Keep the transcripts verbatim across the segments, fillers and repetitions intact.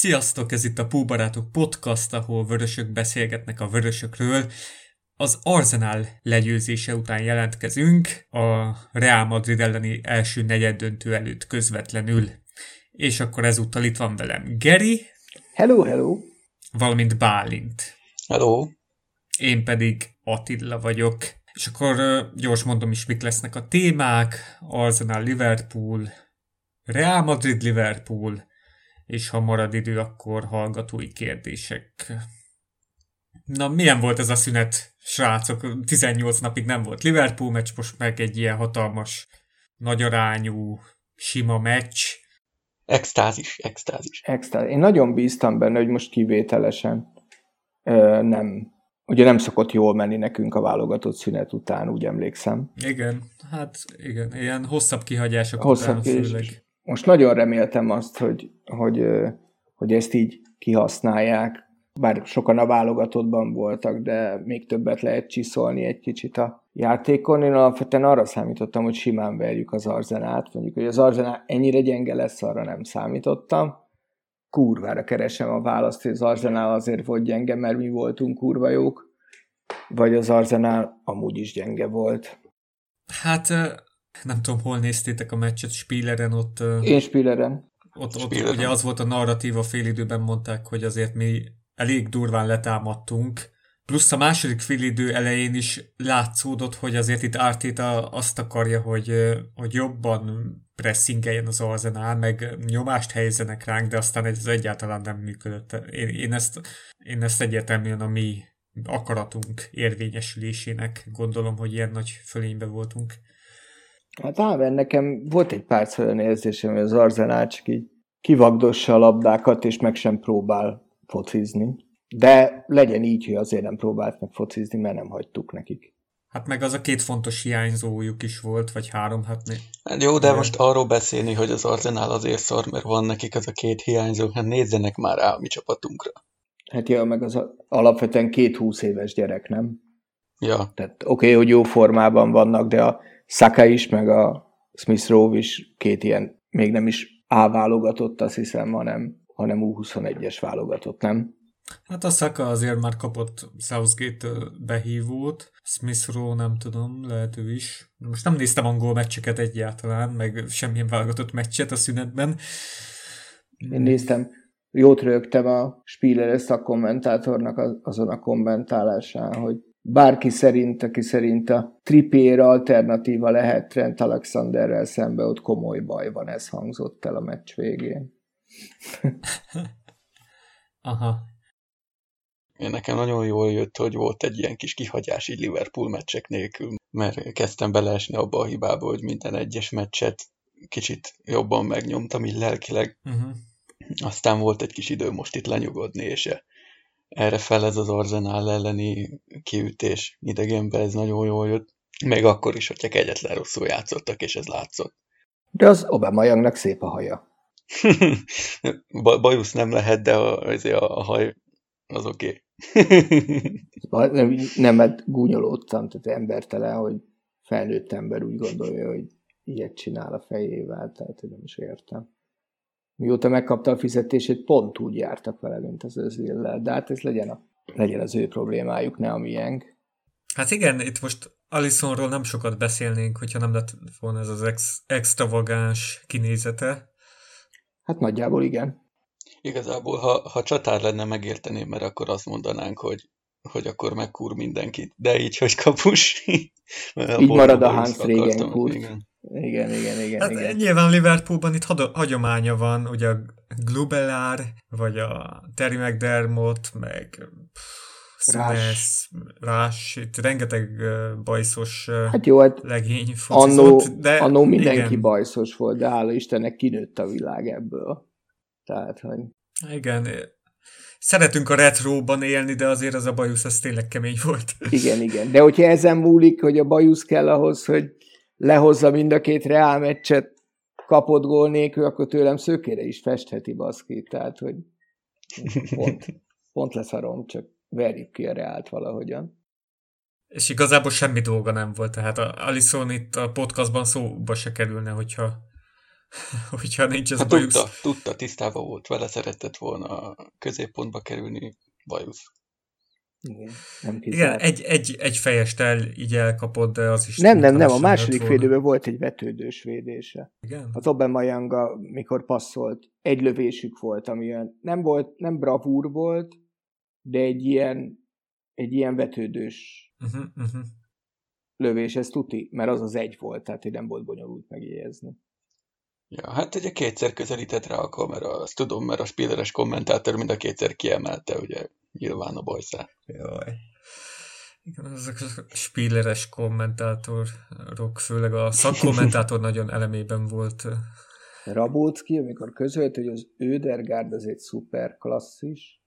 Sziasztok, ez itt a Púbarátok podcast, ahol vörösök beszélgetnek a vörösökről. Az Arsenal legyőzése után jelentkezünk, a Real Madrid elleni első negyeddöntő előtt közvetlenül. És akkor ezúttal itt van velem Geri. Hello, hello. Valamint Bálint. Hello. Én pedig Attila vagyok. És akkor gyors mondom is, mik lesznek a témák. Arsenal Liverpool, Real Madrid Liverpool, és ha marad idő, akkor hallgatói kérdések. Na, milyen volt ez a szünet, srácok? tizennyolc napig nem volt Liverpool meccs, most meg egy ilyen hatalmas, nagyarányú, sima meccs. Extázis, extázis. Extázis. Én nagyon bíztam benne, hogy most kivételesen ö, nem, ugye nem szokott jól menni nekünk a válogatott szünet után, úgy emlékszem. Igen, hát igen, ilyen hosszabb kihagyások hosszabb után főleg. Most nagyon reméltem azt, hogy, hogy, hogy ezt így kihasználják, bár sokan a válogatottban voltak, de még többet lehet csiszolni egy kicsit a játékon. Én alapvetően arra számítottam, hogy simán verjük az Arsenalt. Mondjuk, hogy az Arsenal ennyire gyenge lesz, arra nem számítottam. Kurvára keresem a választ, hogy az Arsenal azért volt gyenge, mert mi voltunk kurva jók, vagy az Arsenal amúgy is gyenge volt. Hát nem tudom, hol néztétek a meccset, Spieleren ott... Én Spieleren. Ott, ott ugye az volt a narratíva, félidőben mondták, hogy azért mi elég durván letámadtunk. Plusz a második félidő elején is látszódott, hogy azért itt Arteta azt akarja, hogy, hogy jobban pressingeljen az Arsenal, meg nyomást helyezzenek ránk, de aztán ez egyáltalán nem működött. Én, én, ezt, én ezt egyértelműen a mi akaratunk érvényesülésének gondolom, hogy ilyen nagy fölényben voltunk. Hát ám, nekem volt egy pár olyan érzésem, hogy az Arsenal csak így kivagdossa a labdákat, és meg sem próbál focizni. De legyen így, hogy azért nem próbált meg focizni, mert nem hagytuk nekik. Hát meg az a két fontos hiányzójuk is volt, vagy három, hát mi... Hát jó, de igen. Most arról beszélni, hogy az Arsenal azért szar, mert van nekik az a két hiányzó, hát nézzenek már rá a mi csapatunkra. Hát jó, meg az a, alapvetően két húsz éves gyerek, nem? Ja. Tehát oké, okay, hogy jó formában vannak, de a Saka is, meg a Smith Rowe is két ilyen, még nem is A válogatott, azt hiszem, hanem, hanem U huszonegyes válogatott, nem? Hát a Saka azért már kapott Southgate behívót, Smith Rowe nem tudom, lehet ő is. Most nem néztem angol meccseket egyáltalán, meg semmilyen válogatott meccset a szünetben. Én néztem, jót rögtem a Spieler szakkommentátornak azon a kommentálásán, hogy bárki szerint, aki szerint a Trippier alternatíva lehet Trent Alexanderrel szembe, ott komoly baj van, ez hangzott el a meccs végén. Aha. Én nekem nagyon jól jött, hogy volt egy ilyen kis kihagyás így Liverpool meccsek nélkül, mert kezdtem beleesni abba a hibába, hogy minden egyes meccset kicsit jobban megnyomtam, így lelkileg. Uh-huh. Aztán volt egy kis idő most itt lenyugodni, és erre fel ez az Arsenal elleni kiütés idegenben, ez nagyon jól jött. Még akkor is, hogyha egyetlen rosszul játszottak, és ez látszott. De az Aubameyangnak szép a haja. Bajusz nem lehet, de a, a, a haj az oké. Okay. nem, nem, mert gúnyolódtam, tehát embertelen, hogy felnőtt ember úgy gondolja, hogy ilyet csinál a fejével, tehát hogy nem is értem. Mióta megkapta a fizetését, pont úgy jártak vele, mint az Özillel. De hát ez legyen, a, legyen az ő problémájuk, ne a miénk. Hát igen, itt most Alissonról nem sokat beszélnénk, hogyha nem lett volna ez az ex- extravagáns kinézete. Hát nagyjából igen. Igazából, ha, ha csatár lenne, megérteném, mert akkor azt mondanánk, hogy, hogy akkor megkúr mindenkit. De így, hogy kapus. Így marad a Hans Regenkurt. Igen. Igen, igen, igen. Hát igen. Nyilván Liverpoolban itt had- hagyománya van, ugye a Glubelár, vagy a Terry McDermott, meg Smith, Rás, itt rengeteg bajszos hát jó, hát legény focizott, annó, de annó mindenki igen. bajszos volt, de hála Istennek kinőtt a világ ebből. Tehát, hogy... Igen, szeretünk a retróban élni, de azért az a bajusz, az tényleg kemény volt. Igen, igen. De hogyha ezen múlik, hogy a bajusz kell ahhoz, hogy lehozza mind a két Reál meccset kapott gól nélkül, akkor tőlem szökére is festheti baszki. Tehát, hogy pont, pont leszarom, csak verjük ki a Reált valahogyan. És igazából semmi dolga nem volt, tehát a Alisson itt a podcastban szóba se kerülne, hogyha hogyha nincs ez Hát bajusz. tudta, tudta, tisztában volt vele, szeretett volna a középpontba kerülni, bajusz. Igen, nem Igen, kizárt. egy, egy, egy fejest el így elkapott, de az is Nem, nem, nem, a túltalasan második lett volna. félidőben volt egy vetődős védése. Igen? Az Aubameyanga, mikor passzolt, egy lövésük volt, ami olyan, nem volt, nem bravúr volt, de egy ilyen, egy ilyen vetődős Uh-huh, uh-huh. lövés, ez tuti, mert az az egy volt, tehát hogy nem volt bonyolult megjegyezni. Ja, hát ugye kétszer közelített rá a kamera, azt tudom, mert a Spieleres kommentátor mind a kétszer kiemelte, ugye, nyilván a bajszát. Jaj. Igen, azok a spilleres kommentátorok, főleg a szakkommentátor nagyon elemében volt. Rabócki, amikor közölt, hogy az Ödegaard az egy szuper klasszis,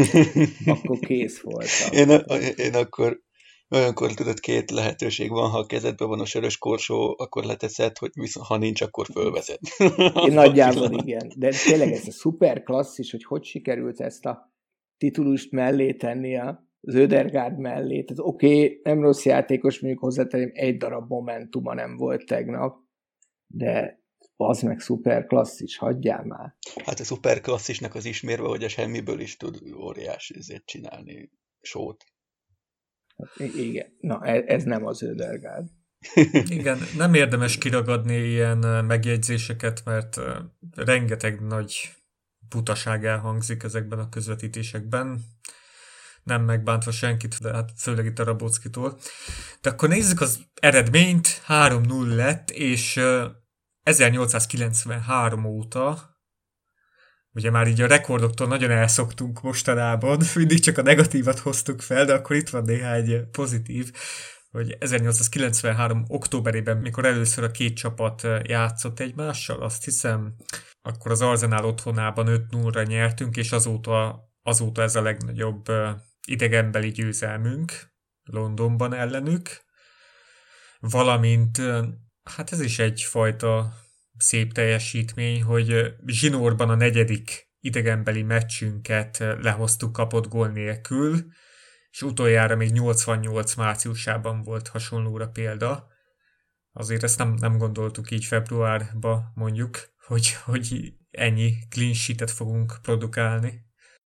akkor kész voltam. Én, a, én akkor olyankor tudod, két lehetőség van, ha a kezedben van a sörös korsó, akkor leteszed, hogy viszont, ha nincs, akkor fölvezed. Én nagyjából igen, de tényleg ez a szuper klasszis, hogy hogy sikerült ezt a titulust mellé tenni az Ödegaard mellé. Tehát oké, okay, nem rossz játékos, mondjuk hozzátenném, egy darab momentuma nem volt tegnap, de az meg szuper klasszis, hagyjál már. Hát a szuper klasszisnak az ismérve, hogy a semmiből is tud óriási ezért csinálni sót. Hát, igen, na ez nem az Ödegaard. Igen, nem érdemes kiragadni ilyen megjegyzéseket, mert rengeteg nagy butaság elhangzik ezekben a közvetítésekben. Nem megbántva senkit, de hát főleg itt a Rabóckitól. De akkor nézzük az eredményt, három null lett, és ezernyolcszázkilencvenhárom óta, ugye már így a rekordoktól nagyon elszoktunk mostanában, mindig csak a negatívat hoztuk fel, de akkor itt van néhány pozitív, hogy ezernyolcszázkilencvenhárom októberében, mikor először a két csapat játszott egymással, azt hiszem, akkor az Arsenal otthonában öt nullra nyertünk, és azóta, azóta ez a legnagyobb idegenbeli győzelmünk Londonban ellenük, valamint hát ez is egyfajta szép teljesítmény, hogy zsinórban a negyedik idegenbeli meccsünket lehoztuk kapott gól nélkül, és utoljára még nyolcvannyolc márciusában volt hasonlóra példa. Azért ezt nem, nem gondoltuk így februárba mondjuk, hogy, hogy ennyi clean sheetet fogunk produkálni.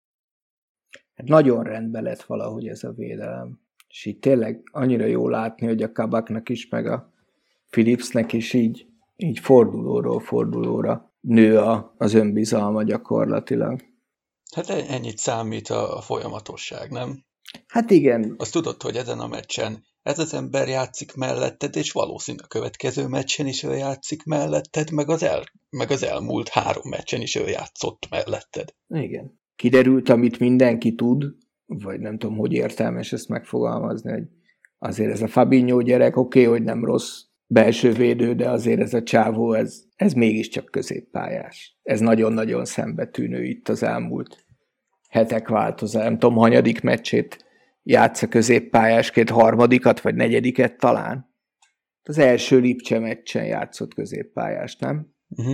Hát nagyon rendben lett valahogy ez a védelem. És így tényleg annyira jó látni, hogy a Kabaknak is, meg a Phillipsnek is így, így fordulóról fordulóra nő a, az önbizalma gyakorlatilag. Hát ennyit számít a, a folyamatosság, nem? Hát igen. Azt tudod, hogy ezen a meccsen ez az ember játszik melletted, és valószínűleg a következő meccsen is ő játszik melletted, meg az, el, meg az elmúlt három meccsen is ő játszott melletted. Igen. Kiderült, amit mindenki tud, vagy nem tudom, hogy értelmes ezt megfogalmazni, hogy azért ez a Fabinho gyerek, oké, okay, hogy nem rossz belső védő, de azért ez a csávó, ez, ez mégiscsak középpályás. Ez nagyon-nagyon szembetűnő itt az elmúlt hetek változás. Nem tudom, hanyadik meccsét játsza középpályásként, harmadikat, vagy negyediket talán. Az első Lipcse meccsen játszott középpályást, nem? Uh-huh.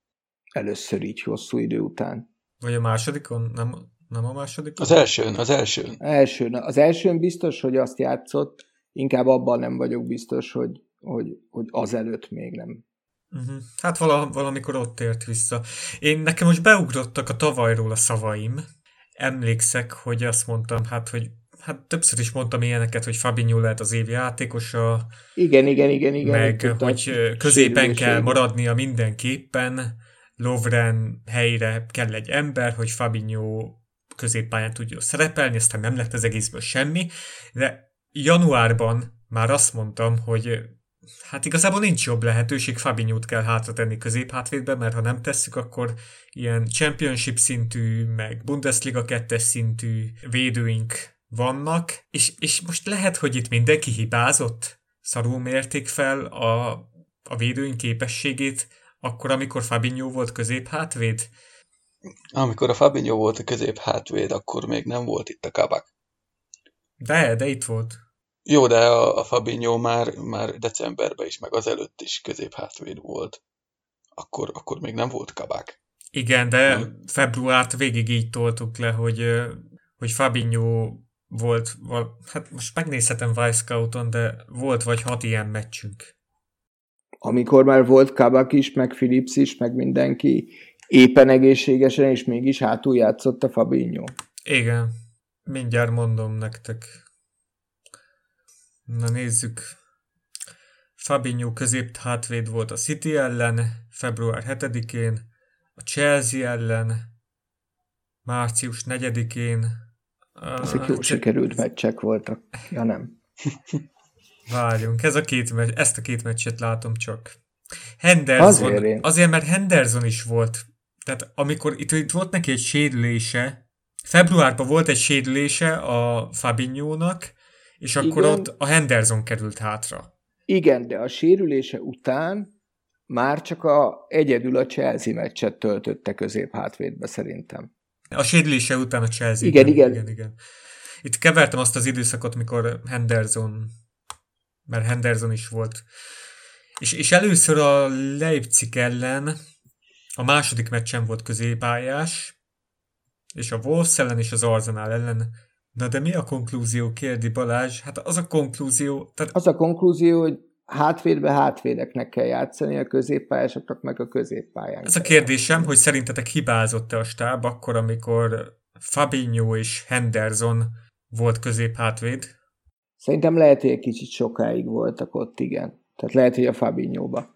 Először így hosszú idő után. Vagy a másodikon? Nem, nem a másodikon? Az elsőn, az elsőn. Elsőn. Az elsőn biztos, hogy azt játszott, inkább abban nem vagyok biztos, hogy, hogy, hogy azelőtt még nem. Uh-huh. Hát vala, valamikor ott ért vissza. Én nekem most beugrottak a tavalyról a szavaim. Emlékszek, hogy azt mondtam, hát, hogy hát többször is mondtam ilyeneket, hogy Fabinho lehet az év játékosa. Igen, igen, igen, igen. Meg, hogy középen kell maradnia mindenképpen. Lovren helyre kell egy ember, hogy Fabinho középpályán tudja szerepelni, aztán nem lett az egészből semmi, de januárban már azt mondtam, hogy hát igazából nincs jobb lehetőség, Fabinho-t kell hátratenni középhátvédbe, mert ha nem tesszük, akkor ilyen championship szintű, meg Bundesliga kettes szintű védőink vannak, és, és most lehet, hogy itt mindenki hibázott, szarul mérték fel a, a védőink képességét, akkor, amikor Fabinho volt középhátvéd? Amikor a Fabinho volt a középhátvéd, akkor még nem volt itt a Kabak. De, de itt volt. Jó, de a, a Fabinho már, már decemberben is, meg azelőtt is középhátvéd volt. Akkor, akkor még nem volt Kabak. Igen, de nem. Februárt végig így toltuk le, hogy, hogy Fabinho volt, hát most megnézhetem Wisecout-on, de volt vagy hat ilyen meccsünk. amikor már volt Kabak is, meg Phillips is, meg mindenki éppen egészségesen, és mégis hátul játszott a Fabinho. Igen, mindjárt mondom nektek. Na nézzük. Fabinho közép hátvéd volt a City ellen, február hetedikén, a Chelsea ellen, március negyedikén. Ezek jó sikerült meccsek voltak. Ja nem. Várjunk, ez a két meccs, ezt a két meccset látom csak. Henderson, azért, azért mert Henderson is volt. Tehát amikor itt, itt volt neki egy sérülése, februárban volt egy sérülése a Fabinho-nak, és akkor igen, ott a Henderson került hátra. Igen, de a sérülése után már csak a, egyedül a Chelsea meccset töltötte közép hátvédbe szerintem. A sérülése után a Chelsea. Igen, igen. igen, igen. Itt kevertem azt az időszakot, mikor Henderson, mert Henderson is volt. És, és először a Leipzig ellen a második meccsen volt középpályás, és a Wolves ellen és az Arsenal ellen. Na de mi a konklúzió, kérdi Balázs? Hát az a konklúzió... Tehát... Az a konklúzió, hogy hátvédbe hátvédeknek kell játszani, a középpályásoknak meg a középpályán. Ez a kérdésem, játszani. Hogy szerintetek hibázott-e a stáb akkor, amikor Fabinho és Henderson volt középhátvéd? Szerintem lehet, hogy egy kicsit sokáig voltak ott, igen. Tehát lehet, hogy a Fabinho-ba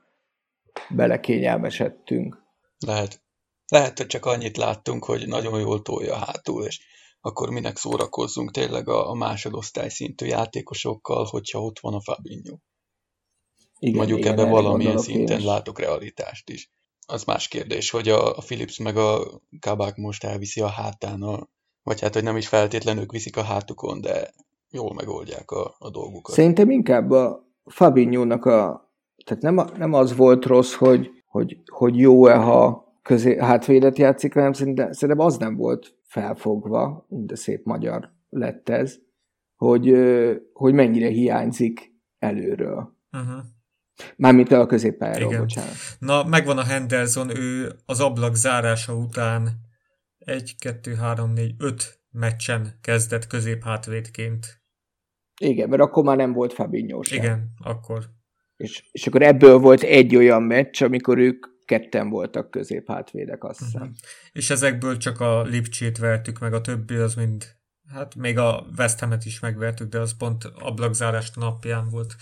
belekényelmesedtünk. Lehet. Lehet, hogy csak annyit láttunk, hogy nagyon jól tolja hátul, és akkor minek szórakozzunk tényleg a, a másodosztály szintű játékosokkal, hogyha ott van a Fabinho. Igen, mondjuk ebben valamilyen szinten látok realitást is. Az más kérdés, hogy a, a Phillips meg a Kabak most elviszi a hátán, a, vagy hát, hogy nem is feltétlenül ők viszik a hátukon, de jól megoldják a, a dolgukat. Szerintem inkább a Fabinho-nak a... Tehát nem, a, nem az volt rossz, hogy, hogy, hogy jó-e, ha közé, hátvédet játszik, hanem szerintem, szerintem az nem volt felfogva, de szép magyar lett ez, hogy, hogy mennyire hiányzik előről. Uh-huh. Mármint a középpályáról, bocsánat. Na, megvan a Henderson, ő az ablak zárása után egy, kettő, három, négy, öt meccsen kezdett középhátvédként. Igen, mert akkor már nem volt Fabinho sem. Igen, akkor. És, és akkor ebből volt egy olyan meccs, amikor ők ketten voltak középhátvédek, azt hiszem. Uh-huh. És ezekből csak a Lipcsét vertük, meg a többi az mind, hát még a West Hamet is megvertük, de az pont ablakzárás napján volt.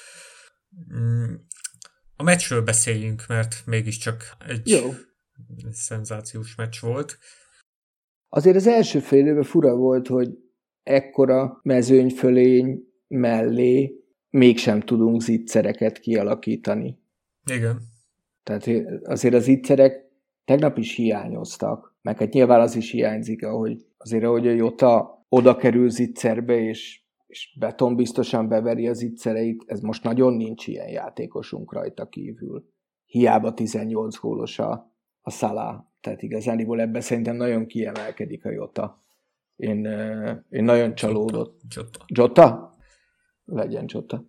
A meccsről beszéljünk, mert mégiscsak egy Jó. szenzációs meccs volt. Azért az első fél időben fura volt, hogy ekkora mezőnyfölény mellé mégsem tudunk zicsereket kialakítani. Igen. Tehát azért az zicserek tegnap is hiányoztak, meg hát nyilván az is hiányzik, ahogy azért ahogy a Jota oda kerül zicserbe, és és beton biztosan beveri az zicsereit, ez most nagyon nincs ilyen játékosunk rajta kívül. Hiába tizennyolc gólos a, a Salah. Tehát igazániból ebben szerintem nagyon kiemelkedik a Jota. Én, én nagyon csalódott. Jota. Jota? Legyen Jota.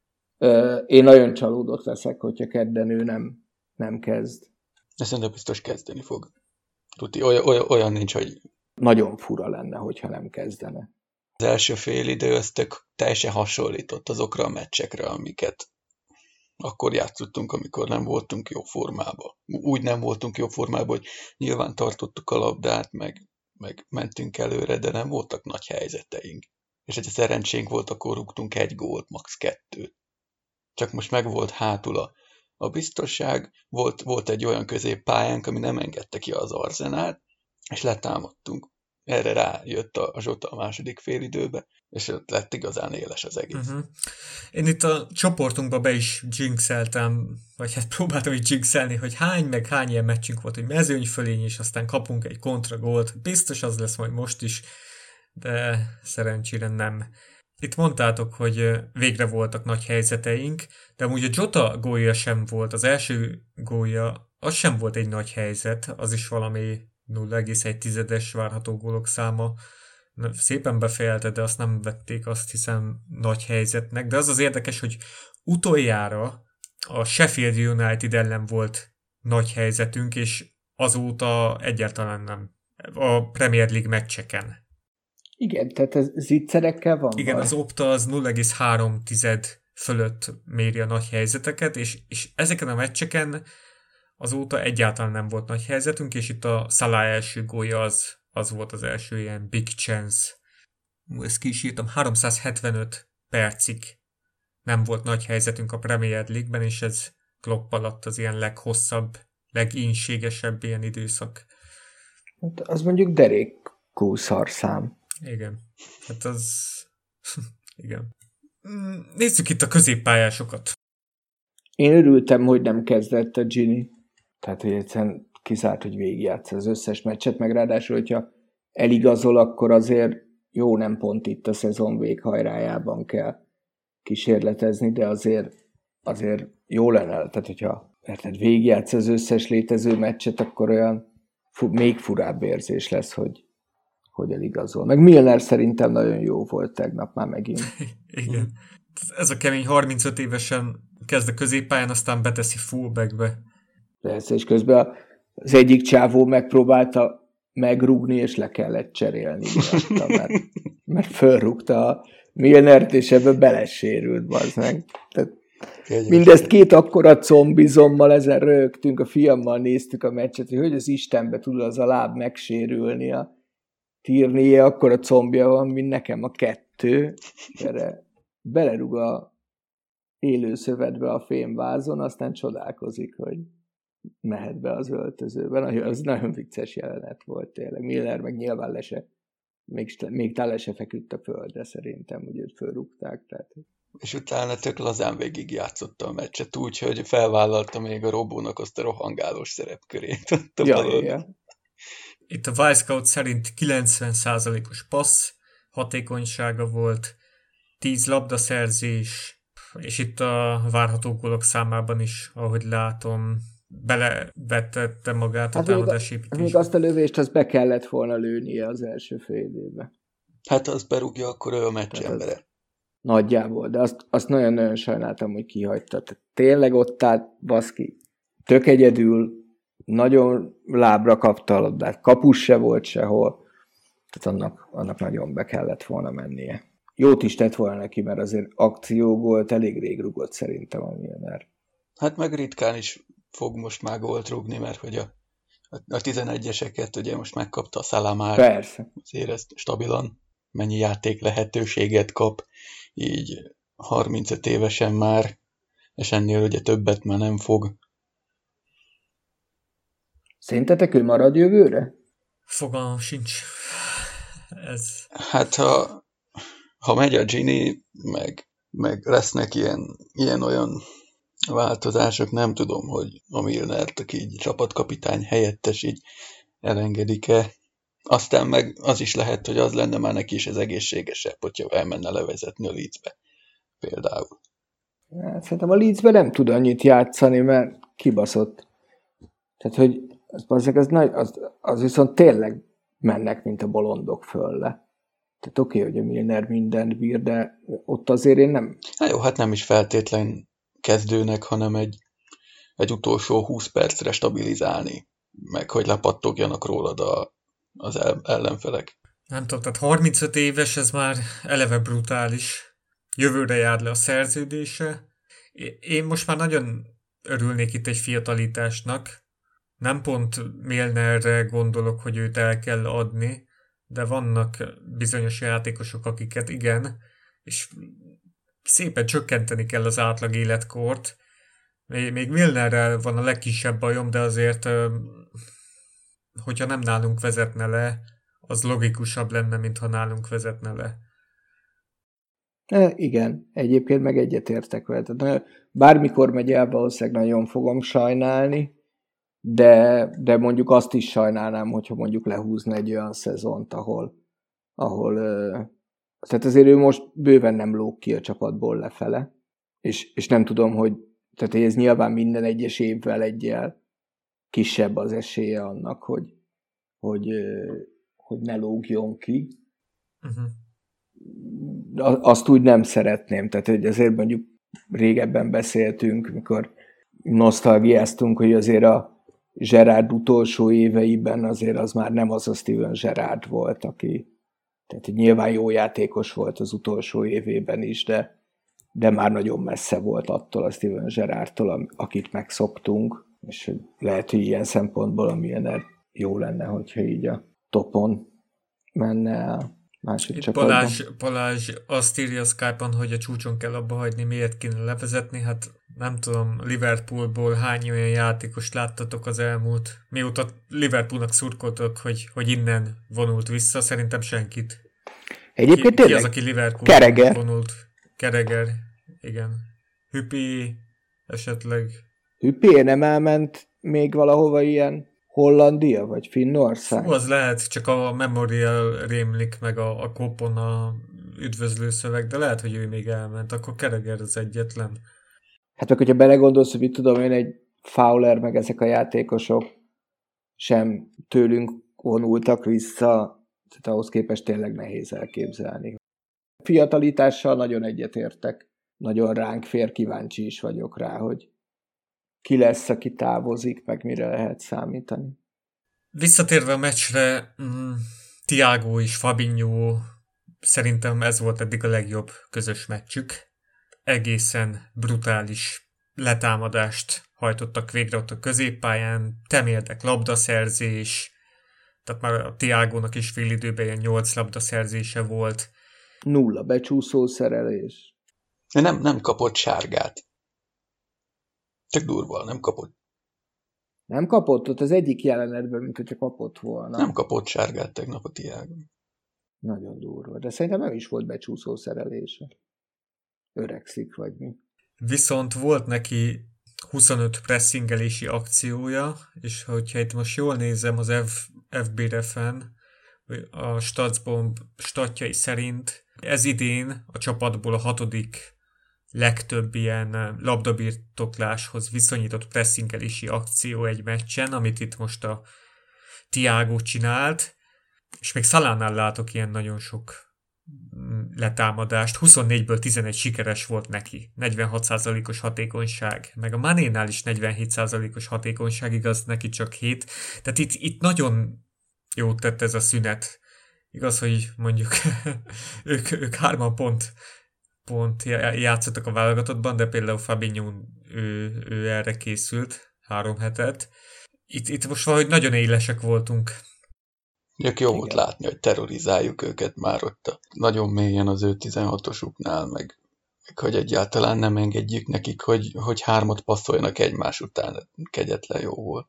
Én nagyon csalódott leszek, hogyha kedden ő nem, nem kezd. De szerintem biztos kezdeni fog. Tuti, olyan, olyan, olyan nincs, hogy... Nagyon fura lenne, hogyha nem kezdene. Az első fél idő az tök teljesen hasonlított azokra a meccsekre, amiket akkor játszottunk, amikor nem voltunk jó formában. Úgy nem voltunk jó formában, hogy nyilván tartottuk a labdát, meg, meg mentünk előre, de nem voltak nagy helyzeteink. És hogyha szerencsénk volt, akkor rúgtunk egy gólt, max. kettőt. Csak most meg volt hátul a, a biztosság, volt, volt egy olyan középpályánk, ami nem engedte ki az Arsenalt, és letámadtunk. Erre rájött a, a Zsota a második félidőbe, és lett igazán éles az egész. Uh-huh. Én itt a csoportunkba be is jinxeltem, vagy hát próbáltam is jinxelni, hogy hány meg hány ilyen meccsünk volt, hogy mezőnyfölény, és aztán kapunk egy kontragólt. Biztos az lesz majd most is, de szerencsére nem. Itt mondtátok, hogy végre voltak nagy helyzeteink, de amúgy a Jota gólja sem volt. Az első gólja, az sem volt egy nagy helyzet, az is valami nulla egész egy tizedes várható gólok száma. Szépen befejelte, de azt nem vették, azt hiszem, nagy helyzetnek. De az az érdekes, hogy utoljára a Sheffield United ellen volt nagy helyzetünk, és azóta egyáltalán nem. A Premier League meccseken. Igen, tehát ez zicserekkel van? Igen, vagy? az Opta az nulla egész három fölött méri a nagy helyzeteket, és, és ezeken a meccseken azóta egyáltalán nem volt nagy helyzetünk, és itt a Salah első gólja az, az volt az első ilyen big chance. Ezt ki is írtam, háromszázhetvenöt percig nem volt nagy helyzetünk a Premier League-ben, és ez Klopp alatt az ilyen leghosszabb, leginségesebb ilyen időszak. Hát az mondjuk derékú szarszám. Igen. Hát az... Igen. Nézzük itt a középpályásokat. Én örültem, hogy nem kezdett a Gini. Tehát, hogy egyszerűen kizárt, hogy végigjátsza az összes meccset, meg ráadásul, hogyha eligazol, akkor azért jó, nem pont itt a szezon véghajrájában kell kísérletezni, de azért, azért jó lenne. Tehát, hogyha érted, végigjátsza az összes létező meccset, akkor olyan fu- még furább érzés lesz, hogy, hogy eligazol. Meg Milner szerintem nagyon jó volt tegnap már megint. Igen. Ez a kemény harmincöt évesen kezd a középpályán, aztán beteszi fullbackbe. Persze, és közben az egyik csávó megpróbálta megrúgni, és le kellett cserélni miatta, mert, mert fölrúgta a Milnert, és ebbe belesérült, bazd meg. Tehát mindezt két akkora combizommal ezen rögtünk, a fiammal néztük a meccset, hogy hogy az Istenbe tud az a láb megsérülni, a Tierney akkora combja van, mint nekem a kettő, erre belerúg a élőszövetbe a fémvázon, aztán csodálkozik, hogy mehet be az öltözőben. Az nagyon vicces jelenet volt tényleg. Milner meg nyilván le se, még, még talán le se feküdt a földre szerintem, hogy őt fölrúgták. Tehát... És utána tök lazán végig játszotta a meccset úgy, hogy felvállalta még a Robónak azt a rohangálós szerepkörét. Ja, ja. Itt a Wisecout szerint kilencven százalékos passz hatékonysága volt, tíz labdaszerzés, és itt a várható gólok számában is, ahogy látom, belevetette magát a hát támadásépítésbe. Még azt a lövést, azt be kellett volna lőnie az első fél évben. Hát az berúgja, akkor ő a meccs embere. Nagyjából, de azt, azt nagyon-nagyon sajnáltam, hogy kihagyta. Tehát tényleg ott állt, baszki, tök egyedül, nagyon lábra kapta a labdát, kapus se volt sehol, tehát annak, annak nagyon be kellett volna mennie. Jót is tett volna neki, mert azért akciógólt elég rég rugott szerintem a Milner. Hát meg ritkán is fog most már gólt rúgni, mert hogy a, a tizenegyeseket ugye most megkapta a Salah már. Persze. Azért ezt stabilan mennyi játék lehetőséget kap, így harmincöt évesen már, és ennél ugye többet már nem fog. Szerintetek ő marad jövőre? Fogalmam sincs. Ez... Hát ha, ha megy a Gini, meg, meg lesznek ilyen, ilyen-olyan változások, nem tudom, hogy a Milnert, aki így csapatkapitány helyettes, így elengedik-e. Aztán meg az is lehet, hogy az lenne már neki is az egészségesebb, hogyha elmenne levezetni a Leedsbe például. Hát, szerintem a Leedsbe nem tud annyit játszani, mert kibaszott. Tehát, hogy az, az, az, az, az viszont tényleg mennek, mint a bolondok fölle. Tehát oké, okay, hogy a Milner mindent bír, de ott azért én nem... Hát jó, hát nem is feltétlen kezdőnek, hanem egy, egy utolsó húsz percre stabilizálni, meg hogy lepattogjanak rólad a, az ellenfelek. Nem tudom, tehát harmincöt éves, ez már eleve brutális. Jövőre jár le a szerződése. Én most már nagyon örülnék itt egy fiatalításnak. Nem pont Milnerre gondolok, hogy őt el kell adni, de vannak bizonyos játékosok, akiket igen, és szépen csökkenteni kell az átlag életkort. Még Milnerrel van a legkisebb bajom, de azért, hogyha nem nálunk vezetne le, az logikusabb lenne, mintha nálunk vezetne le. E, igen, egyébként meg egyetértek vele. Bármikor megy el, valószínűleg nagyon fogom sajnálni, de, de mondjuk azt is sajnálnám, hogyha mondjuk lehúzna egy olyan szezont, ahol, ahol tehát azért ő most bőven nem lóg ki a csapatból lefele, és, és nem tudom, hogy tehát ez nyilván minden egyes évvel egyel kisebb az esélye annak, hogy, hogy, hogy ne lógjon ki. Uh-huh. Azt úgy nem szeretném, tehát hogy azért mondjuk régebben beszéltünk, mikor nosztalgiáztunk, hogy azért a Gerrard utolsó éveiben azért az már nem az a Steven Gerrard volt, aki tehát nyilván jó játékos volt az utolsó évében is, de, de már nagyon messze volt attól a Steven Gerrardtól, akit megszoktunk, és lehet, hogy ilyen szempontból a Milner jó lenne, hogyha így a topon menne el másik csapatban. Balázs, Balázs azt írja a Skype-on, hogy a csúcson kell abba hagyni, miért kéne levezetni, hát nem tudom, Liverpoolból hány olyan játékost láttatok az elmúlt, mióta Liverpoolnak szurkoltok, hogy, hogy innen vonult vissza, szerintem senkit. Egyébként ki, tényleg, ki az, aki Liverpool Kereger. vonult? Kereger, igen. Hüppi esetleg. Hüppi nem elment még valahova ilyen Hollandia, vagy Finnország? Fú, az lehet, csak a Memorial rémlik, meg a, a Kopon a üdvözlő szöveg, de lehet, hogy ő még elment, akkor Kereger az egyetlen. Hát meg, hogyha belegondolsz, hogy mit tudom én, egy Fowler, meg ezek a játékosok sem tőlünk vonultak vissza, tehát ahhoz képest tényleg nehéz elképzelni. Fiatalítással nagyon egyetértek, nagyon ránk fér, kíváncsi is vagyok rá, hogy ki lesz, aki távozik, meg mire lehet számítani. Visszatérve a meccsre, mm, Thiago és Fabinho, szerintem ez volt eddig a legjobb közös meccsük. Egészen brutális letámadást hajtottak végre ott a középpályán, temérdek labdaszerzés, tehát már a Thiagónak is fél időben ilyen nyolc labdaszerzése volt. Nulla becsúszó szerelés. Nem, nem kapott sárgát. Csak durva, nem kapott. Nem kapott? Ott az egyik jelenetben, mint hogyha kapott volna. Nem kapott sárgát tegnap a Thiago. Nagyon durva, de szerintem nem is volt becsúszó szerelése. Öregszik, vagy mi. Viszont volt neki huszonöt pressingelési akciója, és hogyha itt most jól nézem az F, ef bé ref-en, a Statsbomb statjai szerint ez idén a csapatból a hatodik legtöbb ilyen labdabirtokláshoz viszonyított pressingelési akció egy meccsen, amit itt most a Thiago csinált, és még Salánál látok ilyen nagyon sok letámadást. huszonnégyből tizenegy sikeres volt neki, negyvenhat százalékos hatékonyság, meg a Manénál is negyvenhét százalékos hatékonyság, igaz, neki csak hét. Tehát itt, itt nagyon jót tett ez a szünet. Igaz, hogy mondjuk ők, ők hárman pont, pont játszottak a válogatottban, de például Fabinho ő, ő erre készült három hetet. Itt, itt most valahogy nagyon élesek voltunk. Csak jó volt látni, hogy terrorizáljuk őket már ott a, nagyon mélyen az ő tizenhatosuknál, meg, meg hogy egyáltalán nem engedjük nekik, hogy, hogy hármat passzoljanak egymás után. Kegyetlen jó volt.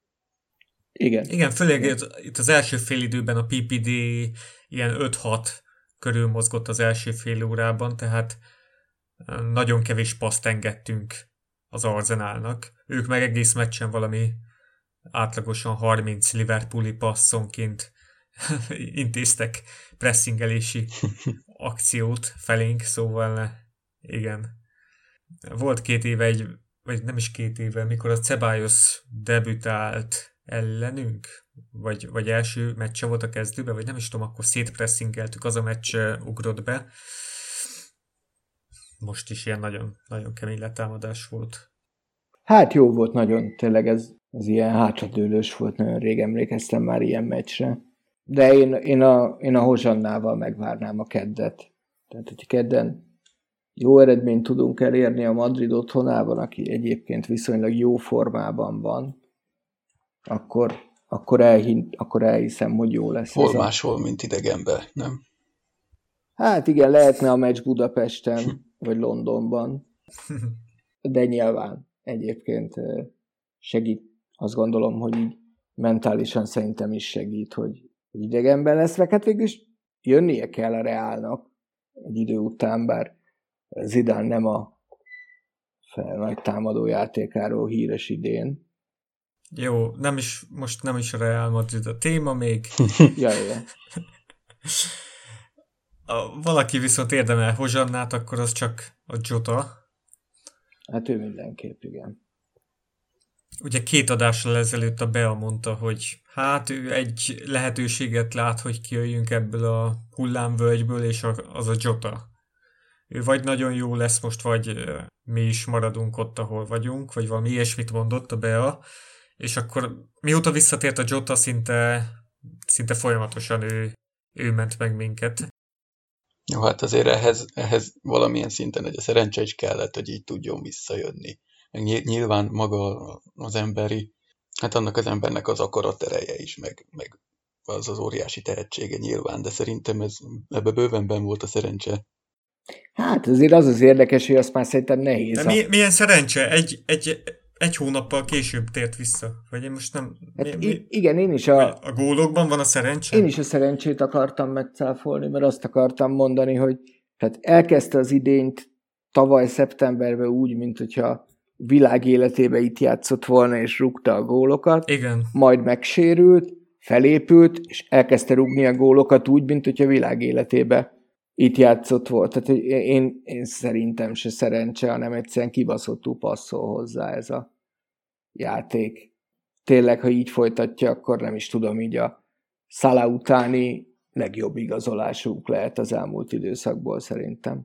Igen. Igen, főleg Igen. itt az első fél időben a pé pé dé ilyen öt-hat körül mozgott az első fél órában, tehát nagyon kevés paszt engedtünk az Arsenalnak. Ők meg egész meccsen valami átlagosan harminc Liverpooli passzonként intéztek pressingelési akciót felénk, szóval igen. Volt két éve egy, vagy nem is két éve, mikor a Ceballos debütált ellenünk, vagy, vagy első meccse volt a kezdőben, vagy nem is tudom, akkor szétpressingeltük, az a meccs ugrott be. Most is ilyen nagyon, nagyon kemény letámadás volt. Hát jó volt nagyon, tényleg ez, ez ilyen hátradőlős volt, nagyon rég emlékeztem már ilyen meccsre. De én, én, a, én a Hozsannával megvárnám a keddet. Tehát, hogy kedden jó eredményt tudunk elérni a Madrid otthonában, aki egyébként viszonylag jó formában van, akkor, akkor, elhin, akkor elhiszem, hogy jó lesz. Hol máshol, a... mint idegenben, nem? Hát igen, lehetne a meccs Budapesten, vagy Londonban. De nyilván egyébként segít. Azt gondolom, hogy így mentálisan szerintem is segít, hogy idegenben lesz, meg hát végülis jönnie kell a Reálnak egy idő után, bár Zidane nem a fel nagy támadó játékáról híres idén. Jó, nem is, most nem is a Real Madrid a téma még. Jaj, jaj. A, valaki viszont érdemel Hozsannát, akkor az csak a Jota. Hát ő mindenképp, igen. Ugye két adással ezelőtt a Bea mondta, hogy hát ő egy lehetőséget lát, hogy kijöjjünk ebből a hullámvölgyből, és az a Jota. Ő vagy nagyon jó lesz most, vagy mi is maradunk ott, ahol vagyunk, vagy valami ilyesmit mondott a Bea, és akkor mióta visszatért a Jota, szinte, szinte folyamatosan ő, ő ment meg minket. Jó, hát azért ehhez, ehhez valamilyen szinten egy a szerencse is kellett, hogy így tudjon visszajönni. Meg nyilván maga az emberi, hát annak az embernek az akarat ereje is, meg, meg az az óriási tehetsége nyilván, de szerintem ez, ebbe bőven benn volt a szerencse. Hát azért az az érdekes, hogy azt már szerintem nehéz. De mi, milyen szerencse? Egy, egy, egy hónappal később tért vissza. Vagy én most nem... Hát mi, mi, igen, én is a... A gólokban van a szerencse? Én is a szerencsét akartam megcáfolni, mert azt akartam mondani, hogy hát elkezdte az idényt tavaly szeptemberben úgy, mint hogyha világ életébe itt játszott volna, és rúgta a gólokat. Igen. Majd megsérült, felépült, és elkezdte rúgni a gólokat úgy, mint hogyha világ életébe itt játszott volt. Tehát én, én szerintem se szerencse, hanem egyszerűen kibaszottul passzol hozzá ez a játék. Tényleg, ha így folytatja, akkor nem is tudom, így a Salah utáni legjobb igazolásunk lehet az elmúlt időszakból szerintem.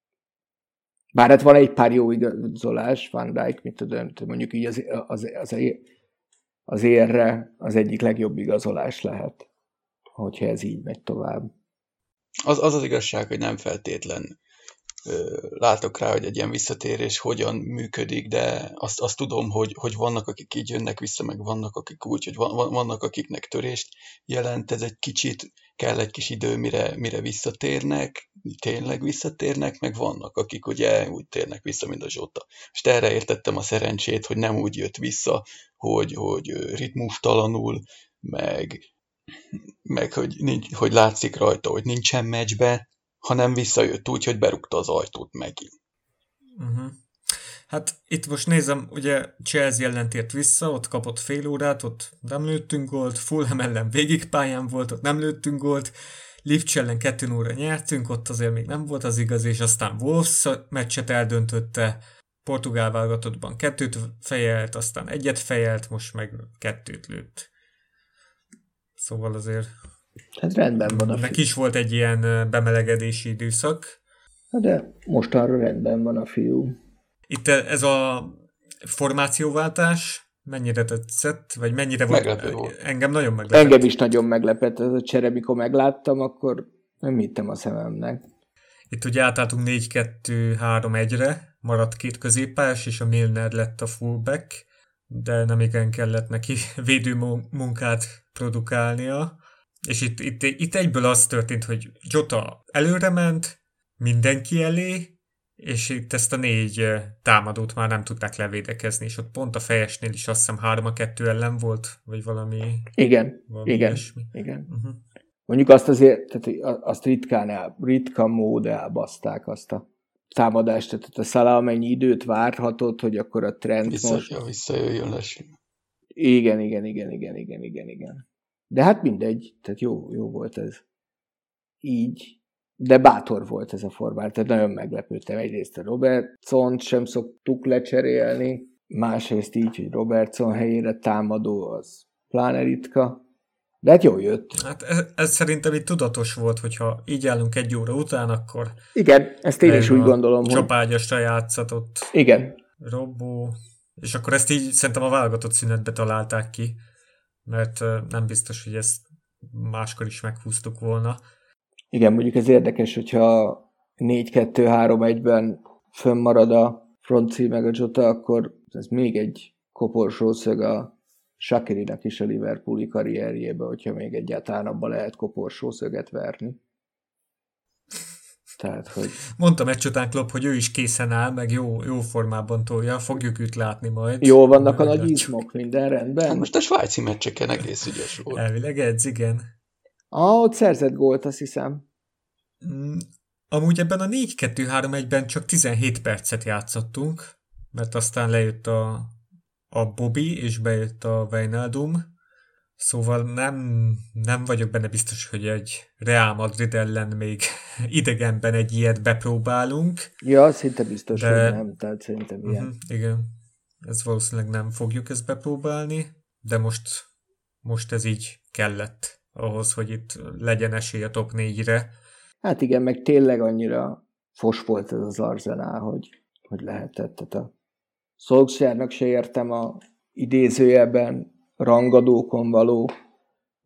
Bár hát van egy pár jó igazolás, Van Dijk, mit tudom, mondjuk így az, az, az, az érre az egyik legjobb igazolás lehet, hogyha ez így megy tovább. Az az, az igazság, hogy nem feltétlen ö, látok rá, hogy egy ilyen visszatérés hogyan működik, de azt, azt tudom, hogy, hogy vannak, akik így jönnek vissza, meg vannak, akik úgy, hogy van, vannak, akiknek törést jelent, ez egy kicsit, kell egy kis idő, mire, mire visszatérnek, tényleg visszatérnek, meg vannak, akik ugye úgy térnek vissza, mint a Zsota. És erre értettem a szerencsét, hogy nem úgy jött vissza, hogy, hogy ritmustalanul, meg, meg hogy, nincs, hogy látszik rajta, hogy nincsen meccsbe, hanem visszajött úgy, hogy berúgta az ajtót megint. Uh-huh. Hát itt most nézem, ugye Chelsea ellen tért vissza, ott kapott fél órát, ott nem lőttünk gólt, Fulham ellen végigpályán volt, ott nem lőttünk gólt, Leeds ellen kettő óra nyertünk, ott azért még nem volt az igaz, és aztán Wolves meccset eldöntötte, portugál válogatottban kettőt fejelt, aztán egyet fejelt, most meg kettőt lőtt. Szóval azért... Hát rendben van a Neki is volt egy ilyen bemelegedési időszak. De mostanra rendben van a fiú. Itt ez a formációváltás mennyire tetszett, vagy mennyire volt? Meglepő volt. Engem nagyon meglepett. Engem is nagyon meglepett ez a csere, mikor megláttam, akkor nem hittem a szememnek. Itt ugye átálltunk négy kettő három egyre, maradt két középpályás, és a Milner lett a fullback, de nem igen kellett neki védő munkát produkálnia. És itt, itt, itt egyből az történt, hogy Jota előre ment, mindenki elé, és itt ezt a négy támadót már nem tudták levédekezni, és ott pont a fejesnél is azt hiszem három kettő ellen volt, vagy valami... Igen, valami igen, ilyesmi. igen. Uh-huh. Mondjuk azt azért, tehát azt ritkán el, ritka mód elbaszták azt a támadást, tehát a Salah mennyi időt várhatott, hogy akkor a trend Vissza, most... Ja, visszajöjjön lesni. Igen, igen, igen, igen, igen, igen, igen. De hát mindegy, tehát jó, jó volt ez így, de bátor volt ez a formál, tehát nagyon meglepődtem. Egyrészt a Robertson sem szoktuk lecserélni, másrészt így, hogy Robertson helyére támadó, az pláne ritka, de hát jól jött. Hát ez, ez szerintem itt tudatos volt, hogyha így állunk egy óra után, akkor... Igen, ezt én is úgy gondolom, hogy... Csapágyasra játszatott. Igen. Robbo, és akkor ezt így szerintem a válogatott szünetbe találták ki, mert nem biztos, hogy ezt máskor is meghúztuk volna. Igen, mondjuk ez érdekes, hogyha négy kettő három egyben fönnmarad a Fronci meg a Jota, akkor ez még egy koporsószög a Shaqirinak is a Liverpooli karrierjébe, hogyha még egyáltalán abban lehet koporsószöget verni. Tehát, hogy... Mondtam egy csután Klopp, hogy ő is készen áll, meg jó, jó formában tolja, fogjuk őt látni majd. Jól vannak a nagy izmok, minden rendben. Hát most a svájci meccseken egész ügyes volt. Elvileg edz, igen. Ah, ott szerzett gólt, azt hiszem. Mm, amúgy ebben a négy kettő három egyben csak tizenhét percet játszottunk, mert aztán lejött a, a Bobby, és bejött a Wijnaldum. Szóval nem, nem vagyok benne biztos, hogy egy Real Madrid ellen még idegenben egy ilyet bepróbálunk. Ja, szinte biztos, de... hogy nem, tehát szerintem ilyen. Uh-huh, igen, ez valószínűleg nem fogjuk ezt bepróbálni, de most, most ez így kellett ahhoz, hogy itt legyen esély a top négyre. Hát igen, meg tényleg annyira fos volt ez az Arsenal, hogy, hogy lehetett. Tehát a Solskjaernak se értem a idézőjelben rangadókon való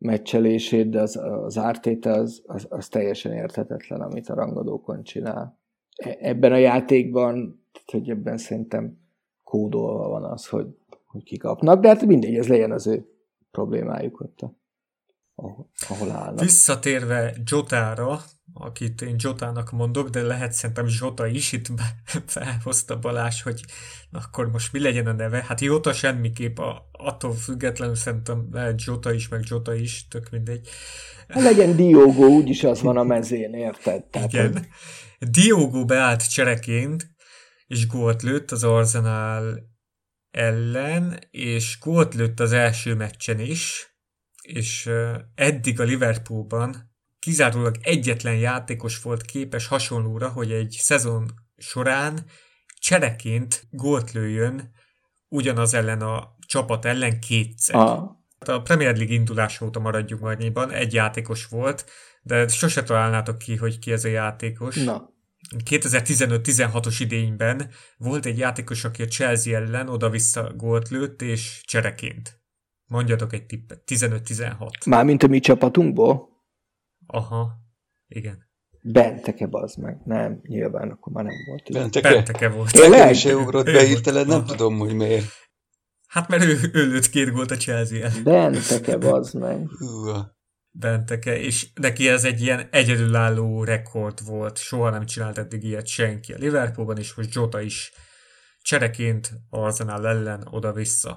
meccselését, de az, az Arteta az, az, az teljesen érthetetlen, amit a rangadókon csinál. Ebben a játékban, hogy ebben szerintem kódolva van az, hogy, hogy kikapnak, de hát mindegy, ez legyen az ő problémájuk ott, ahol, ahol állnak. Visszatérve Jotára, akit én Jotának mondok, de lehet szerintem Jota is, itt felhozta Balázs, hogy na, akkor most mi legyen a neve? Hát Jota semmiképp, a, attól függetlenül szerintem lehet Jota is, meg Jota is, tök mindegy. Ha legyen Diogo, úgyis az van a mezén, érted? Tehát, igen. Hogy... Diogo beállt csereként, és gólt lőtt az Arsenal ellen, és gólt lőtt az első meccsen is, és eddig a Liverpoolban kizárólag egyetlen játékos volt képes hasonlóra, hogy egy szezon során csereként gólt lőjön ugyanaz ellen a csapat ellen kétszer. Ah. A Premier League indulás óta maradjunk annyiban, egy játékos volt, de sose találnátok ki, hogy ki ez a játékos. Na. kétezer-tizenöt-tizenhatos idényben volt egy játékos, aki a Chelsea ellen oda-vissza gólt lőtt, és csereként. Mondjatok egy tippet. tizenöt-tizenhat. Mármint a mi csapatunkból? Aha, igen. Benteke, bazd meg. Nem, nyilván akkor már nem volt. Benteke? Benteke volt. Tényleg se ugrott be hirtelen, nem tudom, hogy miért. Hát mert ő, ő lőtt két gólt a Chelsea ellen. Benteke, bazd meg. Benteke, és neki ez egy ilyen egyedülálló rekord volt. Soha nem csinált eddig ilyet senki a Liverpoolban, és most Jota is csereként Arsenal ellen oda-vissza.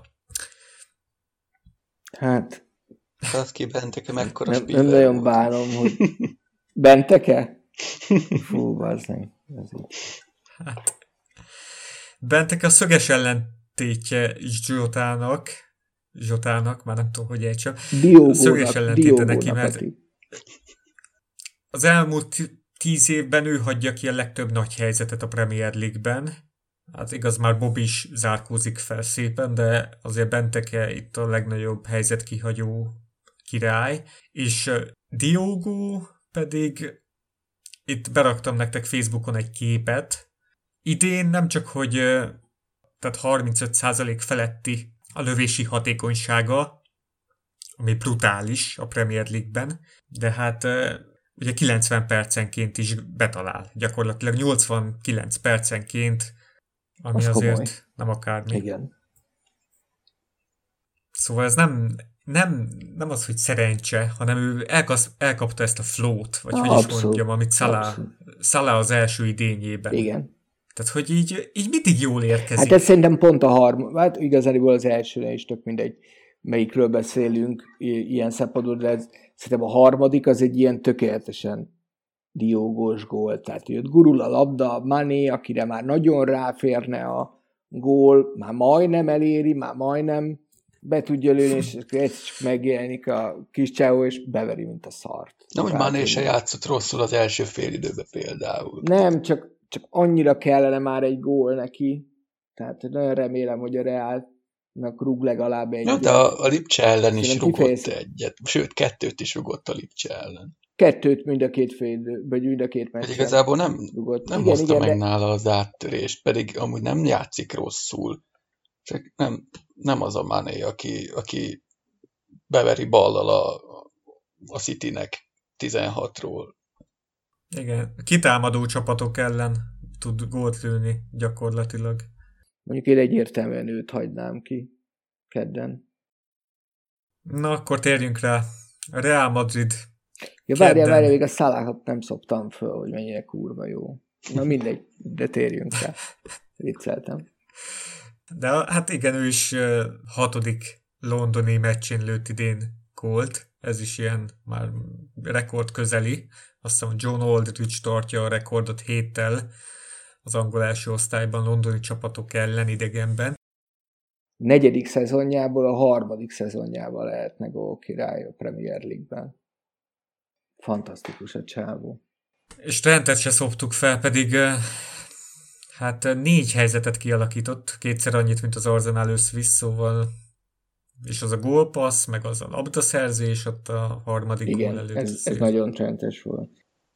Hát... Hát ki Benteke, mekkora nem, spiller nem nagyon volt. bánom, hogy... Benteke? Fú, bazd meg. Hát... Benteke a szöges ellentétje Jotának, Jotának, már nem tudom, hogy ejtsem. Szöges ellentéte neki, mert az elmúlt tíz évben ő hagyja ki a legtöbb nagy helyzetet a Premier League-ben. Hát igaz, már Bob is zárkózik fel szépen, de azért Benteke itt a legnagyobb helyzet kihagyó király. És Diogo pedig, itt beraktam nektek Facebookon egy képet. Idén nem csak, hogy tehát harmincöt százalék feletti a lövési hatékonysága, ami brutális a Premier League-ben, de hát ugye kilencven percenként is betalál. Gyakorlatilag nyolcvankilenc percenként, ami az azért komoly. Nem akármi. Igen. Szóval ez nem, nem, nem az, hogy szerencse, hanem ő elkasz, elkapta ezt a flow-t, vagy ah, hogy is abszolút, mondjam, amit Salah, Salah az első idényében. Igen. Tehát, hogy így, így mindig jól érkezik. Hát ez szerintem pont a harmadik, hát igazából az elsőre is tök mindegy, melyikről beszélünk i- ilyen szempontból, de ez, szerintem a harmadik az egy ilyen tökéletesen Diogós gól. Tehát jött gurul a labda, Mané, akire már nagyon ráférne a gól, már majdnem eléri, már majdnem be tudja lőni, és ez csak megjelenik a kis csávó, és beveri, mint a szart. Nem, hogy Mané se játszott rosszul az első fél időben például. Nem, csak csak annyira kellene már egy gól neki, tehát nagyon remélem, hogy a Realnak rúg legalább egyet. Ja, de a, a Lipcse ellen is Szerintem rugott kifejez... egyet, sőt, kettőt is rugott a Lipcse ellen. Kettőt mind a két fél, vagy mind a két meccsen. Igazából nem, rugott. nem igen, hozta igen, meg de... nála az áttörést, pedig amúgy nem játszik rosszul. Csak nem, nem az a Mané, aki, aki beveri ballal a, a Citynek tizenhatról. Igen, kitámadó csapatok ellen tud gólt lőni gyakorlatilag. Mondjuk én egyértelműen őt hagynám ki kedden. Na, akkor térjünk rá. Real Madrid. Ja, várjál, várjál, még a Salahot nem szoptam föl, hogy mennyire kurva jó. Na mindegy, de térjünk rá. Vicceltem. De hát igen, ő is uh, hatodik londoni meccsén lőtt idén gólt. Ez is ilyen már rekord közeli. Azt hiszem, John Aldridge tartja a rekordot héttel az angol első osztályban londoni csapatok ellen idegenben. Negyedik szezonjából a harmadik szezonjában lehetne gól király a Premier League-ben. Fantasztikus a csávó. És Trentet se szoptuk fel, pedig hát négy helyzetet kialakított, kétszer annyit, mint az Arsenal összvisz, szóval és az a gólpassz, meg az a labdaszerzés, ott a harmadik igen, gól előtt. ez, ez nagyon Trentes volt.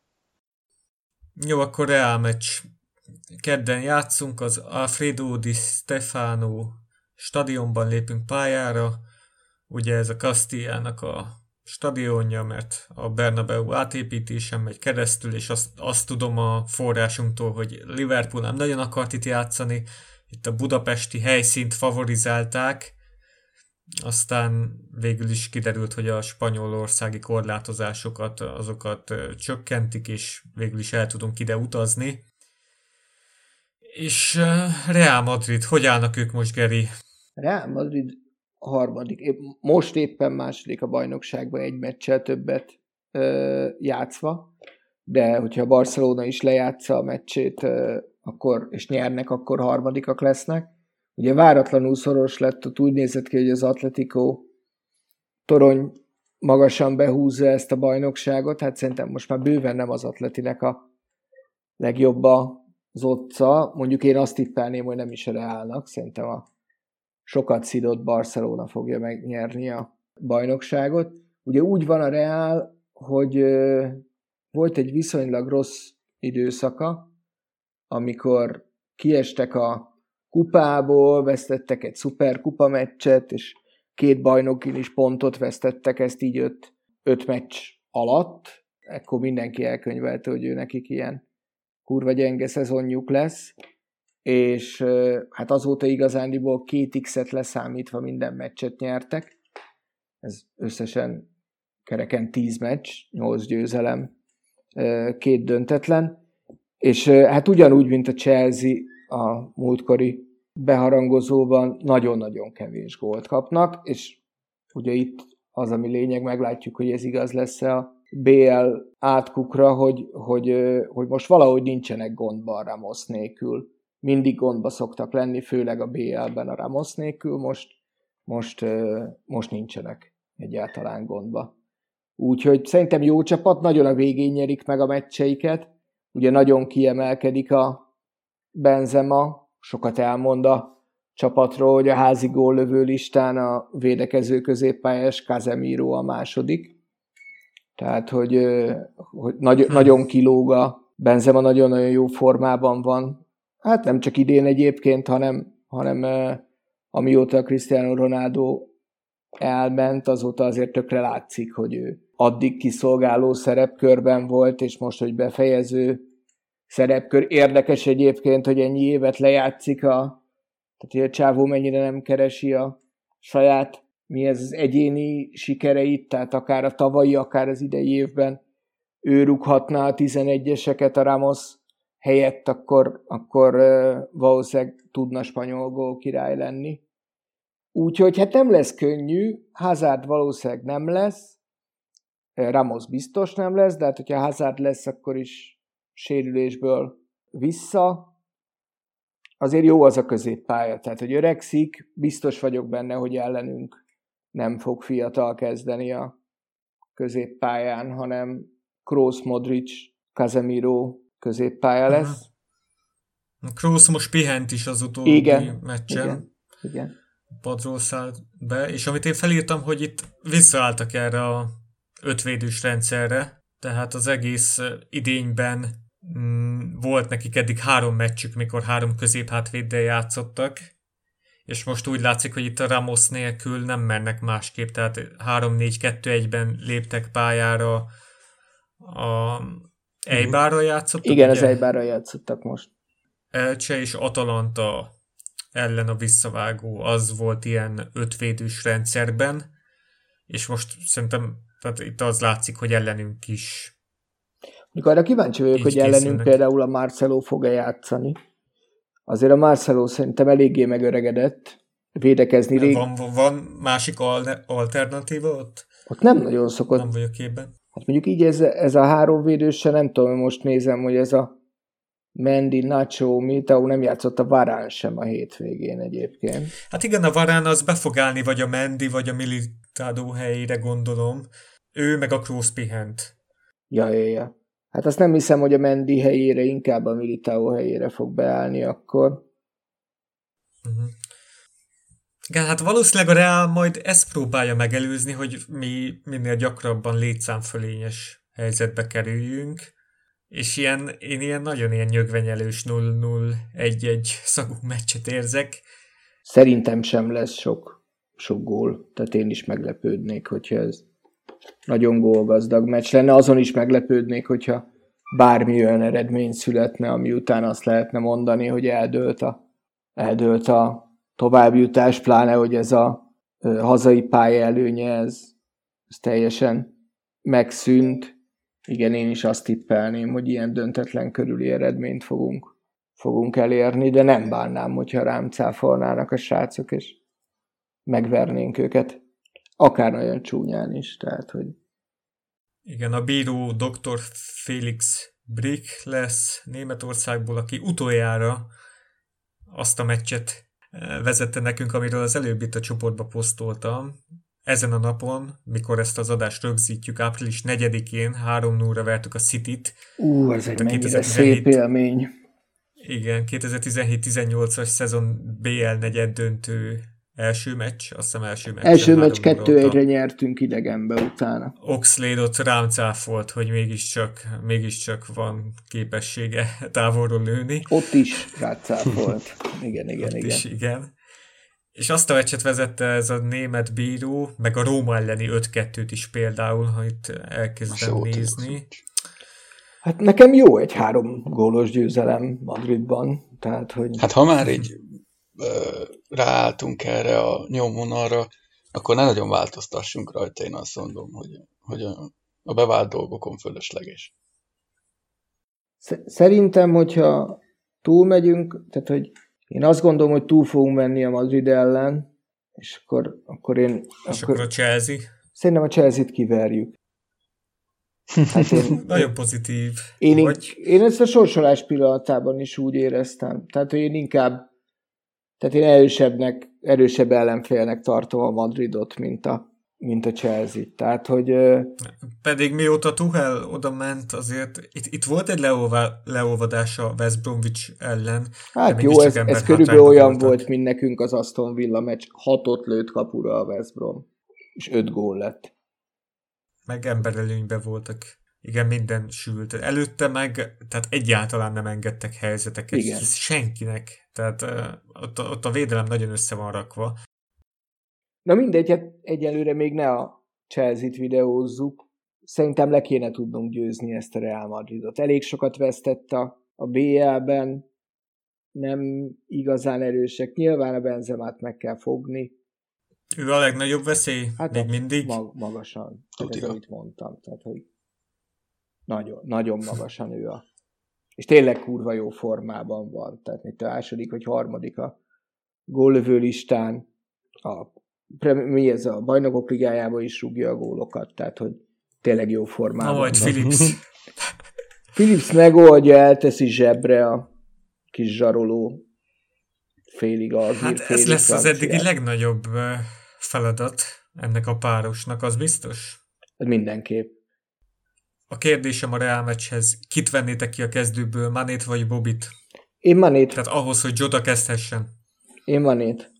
Jó, akkor Real meccs. Kedden játszunk, az Alfredo Di Stefano stadionban lépünk pályára. Ugye ez a Castilla-nak a stadionja, mert a Bernabeu átépítésen megy keresztül, és azt, azt tudom a forrásunktól, hogy Liverpool nem nagyon akart itt játszani, itt a budapesti helyszínt favorizálták, aztán végül is kiderült, hogy a spanyolországi korlátozásokat azokat csökkentik, és végül is el tudunk ide utazni. És Real Madrid, hogy állnak ők most, Geri? Real Madrid a harmadik, most éppen második a bajnokságban egy meccsel többet ö, játszva, de hogyha a Barcelona is lejátsza a meccsét, ö, akkor, és nyernek, akkor harmadikak lesznek. Ugye váratlanul szoros lett, ott úgy nézett ki, hogy az Atletico torony magasan behúzza ezt a bajnokságot, hát szerintem most már bőven nem az Atletinek a legjobb az otca. Mondjuk én azt tippelném, hogy nem is a Realnak, szerintem a sokat szidott Barcelona fogja megnyerni a bajnokságot. Ugye úgy van a Real, hogy ö, volt egy viszonylag rossz időszaka, amikor kiestek a kupából, vesztettek egy szuperkupa meccset, és két bajnokin is pontot vesztettek, ezt így öt, öt meccs alatt. Ekkor mindenki elkönyvelte, hogy ő nekik ilyen kurva gyenge szezonjuk lesz, és hát azóta igazándiból két X-et leszámítva minden meccset nyertek. Ez összesen kereken tíz meccs, nyolc győzelem, két döntetlen, és hát ugyanúgy, mint a Chelsea a múltkori beharangozóban nagyon-nagyon kevés gólt kapnak, és ugye itt az, ami lényeg, meglátjuk, hogy ez igaz lesz a bé el átkukra, hogy, hogy, hogy most valahogy nincsenek gondban Ramos nélkül. Mindig gondba szoktak lenni, főleg a bé el-ben a Ramos nélkül, most, most, most nincsenek egyáltalán gondba. Úgyhogy szerintem jó csapat, nagyon a végén nyerik meg a meccseiket, ugye nagyon kiemelkedik a Benzema, sokat elmond a csapatról, hogy a házi góllövő listán a védekező középpályás Casemiro a második. Tehát, hogy, hogy nagy, hmm. nagyon kilóg a Benzema, nagyon-nagyon jó formában van. Hát nem csak idén egyébként, hanem, hanem amióta a Cristiano Ronaldo elment, azóta azért tökre látszik, hogy ő addig kiszolgáló szerepkörben volt, és most, hogy befejező szerepkör. Érdekes egyébként, hogy ennyi évet lejátszik a, tehát hogy a csávó mennyire nem keresi a saját, mi ez az egyéni sikereit, tehát akár a tavalyi, akár az idei évben ő rúghatná a tizenegyeseket a Ramos helyett, akkor, akkor valószínűleg tudna spanyol gól király lenni. Úgyhogy hát nem lesz könnyű, Hazard valószínűleg nem lesz, Ramos biztos nem lesz, de hát hogyha Hazard lesz, akkor is sérülésből vissza. Azért jó az a középpálya, tehát hogy öregszik, biztos vagyok benne, hogy ellenünk nem fog fiatal kezdeni a középpályán, hanem Kroos, Modric, Casemiro középpálya lesz. Kroos most pihent is az utóbbi igen, meccsen. Igen, igen. Padról szállt be, és amit én felírtam, hogy itt visszaálltak erre a ötvédős rendszerre, tehát az egész idényben mm, volt nekik eddig három meccsük, mikor három középhátvéddel játszottak, és most úgy látszik, hogy itt a Ramos nélkül nem mennek másképp, tehát három négy kettő egyben léptek pályára, a Eibarral játszottak. Igen, ugye? Az Eibarral játszottak most. Elche és Atalanta ellen a visszavágó, az volt ilyen ötvédős rendszerben, és most szerintem tehát itt az látszik, hogy ellenünk is. Mikor arra kíváncsi vagyok, hogy ellenünk készülnek. Például a Marcelo fog-e játszani. Azért a Marcelo szerintem eléggé megöregedett, védekezni rég. Van, van másik al- alternatíva ott? Ott nem nagyon szokott. Nem vagyok képben. Hát mondjuk így ez, ez a három védőse, nem tudom, most nézem, hogy ez a Mendy, Nacho, Militao nem játszott a Varane sem a hétvégén egyébként. Hát igen, a Varane az be fog állni, vagy a Mendy, vagy a Militao helyére gondolom. Ő meg a Kroos pihent. Ja, ja, ja. Hát azt nem hiszem, hogy a Mendy helyére, inkább a Militao helyére fog beállni akkor. Uh-huh. Igen, hát valószínűleg a Real majd ezt próbálja megelőzni, hogy mi minél gyakrabban létszámfölényes helyzetbe kerüljünk, és ilyen, én ilyen nagyon ilyen nyögvenyelős nulla nulla egy egy szagú meccset érzek. Szerintem sem lesz sok, sok gól, tehát én is meglepődnék, hogyha ez nagyon gólgazdag meccs lenne. Azon is meglepődnék, hogyha bármi olyan eredmény születne, ami után azt lehetne mondani, hogy eldőlt a, eldőlt a továbbjutás, pláne, hogy ez a ö, hazai pálya előnye, ez, ez teljesen megszűnt. Igen, én is azt tippelném, hogy ilyen döntetlen körüli eredményt fogunk, fogunk elérni, de nem bánnám, hogyha rám cáfolnának a srácok, és megvernénk őket. Akár nagyon csúnyán is, tehát, hogy... Igen, a bíró doktor Felix Brick lesz Németországból, aki utoljára azt a meccset vezette nekünk, amiről az előbb itt a csoportba posztoltam. Ezen a napon, mikor ezt az adást rögzítjük, április negyedikén három nullra vertük a Cityt. Ú, ez egy mennyire szép élmény. Igen, kétezer-tizenhét tizennyolcas szezon bé el negyed döntő első meccs, azt hiszem első meccs. Első meccs kettő egyre nyertünk idegenbe utána. Oxlade ott rám cáfolt, hogy mégiscsak, mégiscsak van képessége távolról lőni. Ott is rácáfolt. Igen, igen, ott igen. Is, igen. És azt a meccset vezette ez a német bíró, meg a Róma elleni öt kettőt is például, ha itt elkezdem Jó, nézni. Hát nekem jó egy három gólos győzelem Madridban. Tehát, hogy... Hát ha már így ö, ráálltunk erre a nyomvonalra, akkor ne nagyon változtassunk rajta, én azt mondom, hogy, hogy a, a bevált dolgokon fölösleges. Szerintem, hogyha túlmegyünk, tehát, hogy én azt gondolom, hogy túl fogunk menni a Madrid ellen, és akkor, akkor én... És akkor, akkor a Chelsea? Szerintem a Chelsea-t kiverjük. Hát én, nagyon pozitív. Én, vagy... én ezt a sorsolás pillanatában is úgy éreztem. Tehát, hogy én inkább, tehát én erősebbnek, erősebb ellenfélnek tartom a Madridot, mint a, mint a Chelsea-t. Tehát, hogy... Pedig mióta Tuchel oda ment, azért itt, itt volt egy leolva, leolvadás a West Bromwich ellen. Hát jó, ez, ez körülbelül olyan voltak. Volt, mint nekünk az Aston Villa meccs. Hatot lőtt kapura a West Brom, és öt gól lett. Meg emberelőnyben voltak. Igen, minden sült. Előtte meg, tehát egyáltalán nem engedtek helyzeteket. Igen. Senkinek. Tehát uh, ott, ott a védelem nagyon össze van rakva. Na mindegy, hát egyelőre még ne a Chelsea-t videózzuk. Szerintem le kéne tudnunk győzni ezt a Real Madridot. Elég sokat vesztett a, a bé el-ben, nem igazán erősek. Nyilván a Benzemát meg kell fogni. Ő a legnagyobb veszély? Hát még mindig? Mag- magasan. Tehát ez, amit mondtam. Tehát, hogy nagyon, nagyon magasan ő a... És tényleg kurva jó formában van. Tehát mint a második vagy harmadik a góllövő listán. A, mi ez a Bajnokok Ligájában is rúgja a gólokat. Tehát, hogy tényleg jó formában. Na majd Philips. Philips megoldja, elteszi zsebre a kis zsaroló félig az. Hát ez lesz az eddigi legnagyobb feladat ennek a párosnak, az biztos? Mindenképp. A kérdésem a Real meccshez, kit vennétek ki a kezdőből, Manét vagy Bobit? Én Manét. Tehát ahhoz, hogy Jota kezdhessen. Én Manét.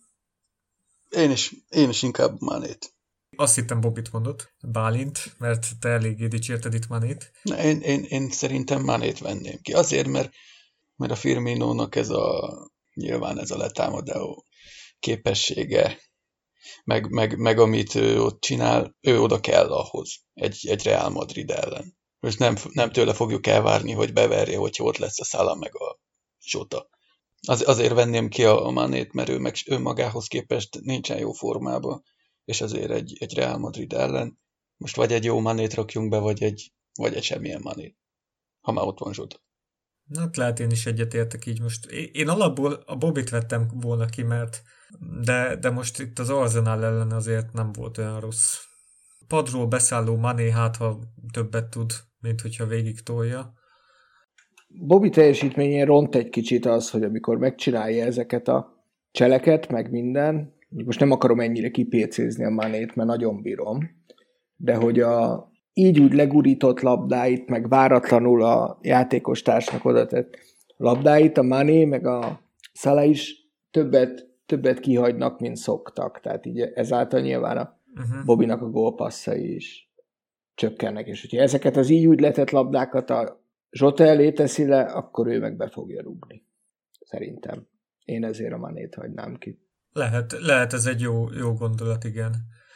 Én is, én is inkább Manét. Azt hittem Bobit mondott, Bálint, mert te eléggé dicsérted itt Manét. Na, én, én, én szerintem Manét venném ki. Azért, mert, mert a Firminónak ez a, nyilván ez a letámadó képessége, meg, meg, meg amit ő ott csinál, ő oda kell ahhoz, egy, egy Real Madrid ellen. Most nem, nem tőle fogjuk elvárni, hogy beverje, hogyha ott lesz a Salah meg a Jota. Az, azért venném ki a, a Manét, mert ő meg önmagához képest nincsen jó formában, és azért egy, egy Real Madrid ellen most vagy egy jó Manét rakjunk be, vagy egy, vagy egy semmilyen Manét, ha már ott van Jota. Hát lehet, én is egyetértek így most. Én alapból a Bobit vettem volna ki, mert de, de most itt az Arsenal ellen azért nem volt olyan rossz. Padról beszálló Mané hát, ha többet tud, mint hogyha végig tolja. Bobby teljesítményén ront egy kicsit az, hogy amikor megcsinálja ezeket a cseleket, meg minden, most nem akarom ennyire kipécézni a Manét, mert nagyon bírom, de hogy a így úgy legurított labdáit, meg váratlanul a játékos társnak oda tett labdáit, a Mané, meg a Salah is többet, többet kihagynak, mint szoktak. Tehát így ezáltal nyilván a uh-huh. Bobbynak a gólpasszai is csökkennek. És hogyha ezeket az így úgy letett labdákat a Jota elé teszi le, akkor ő meg be fogja rúgni. Szerintem. Én ezért a Manét hagynám ki. Lehet, lehet ez egy jó, jó gondolat, igen.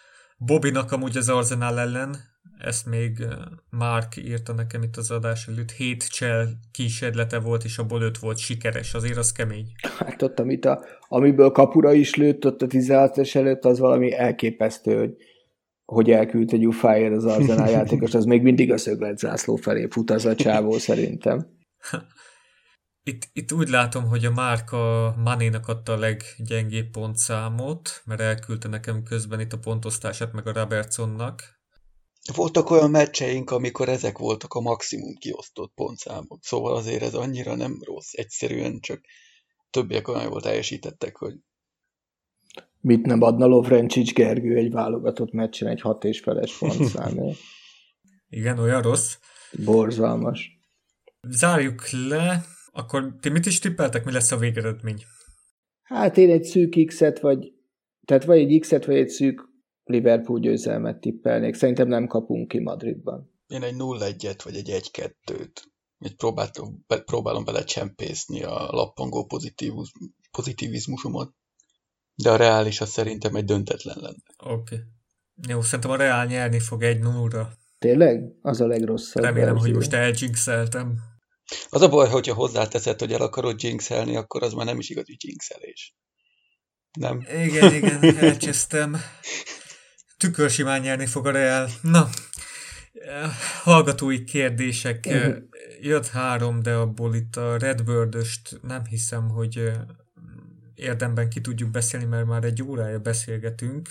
Bobbynak amúgy az Arsenal ellen, ezt még Mark írta nekem itt az adás előtt, hét csel kísérlete volt, és abból öt volt sikeres, azért az kemény. Hát ott, amit a, amiből kapura is lőtt ott a tizenhatos előtt, az valami elképesztő, hogy, hogy elküldte Gyufáért az Arsenal játékos, az még mindig a szögletzászló felé fut az a csávó szerintem. Itt, itt úgy látom, hogy a Mark a Manénak adta a leggyengébb pontszámot, mert elküldte nekem közben itt a pontosztását meg a Robertsonnak. Voltak olyan meccseink, amikor ezek voltak a maximum kiosztott pontszámok, szóval azért ez annyira nem rossz, egyszerűen csak többiek olyan jól teljesítettek, hogy... Mit nem adna Lovrencsics Gergő egy válogatott meccsen egy hat és feles pontszámért? Igen, olyan rossz. Borzalmas. Zárjuk le, akkor ti mit is tippeltek, mi lesz a végeredmény? Hát én egy szűk X-et, vagy tehát vagy egy X-et, vagy egy szűk Liverpool győzelmet tippelnék. Szerintem nem kapunk ki Madridban. Én egy nulla egyet, vagy egy egy kettőt. Így próbálom, be, próbálom belecsempészni a lappangó pozitivizmusomat. De a reális az szerintem egy döntetlen lenne. Oké. Okay. Jó, szerintem a Reál nyerni fog egy nullra. Tényleg? Az a legrosszabb. Remélem, verzió. Hogy most eljinxeltem. Az a baj, hogyha hozzáteszed, hogy el akarod jinxelni, akkor az már nem is igazi jinxelés. Nem? Igen, igen, elcsesztem. Tükörsimán nyerni fog a Reál. Na, hallgatói kérdések. Jött három, de abból itt a Redbird-öst nem hiszem, hogy érdemben ki tudjuk beszélni, mert már egy órája beszélgetünk.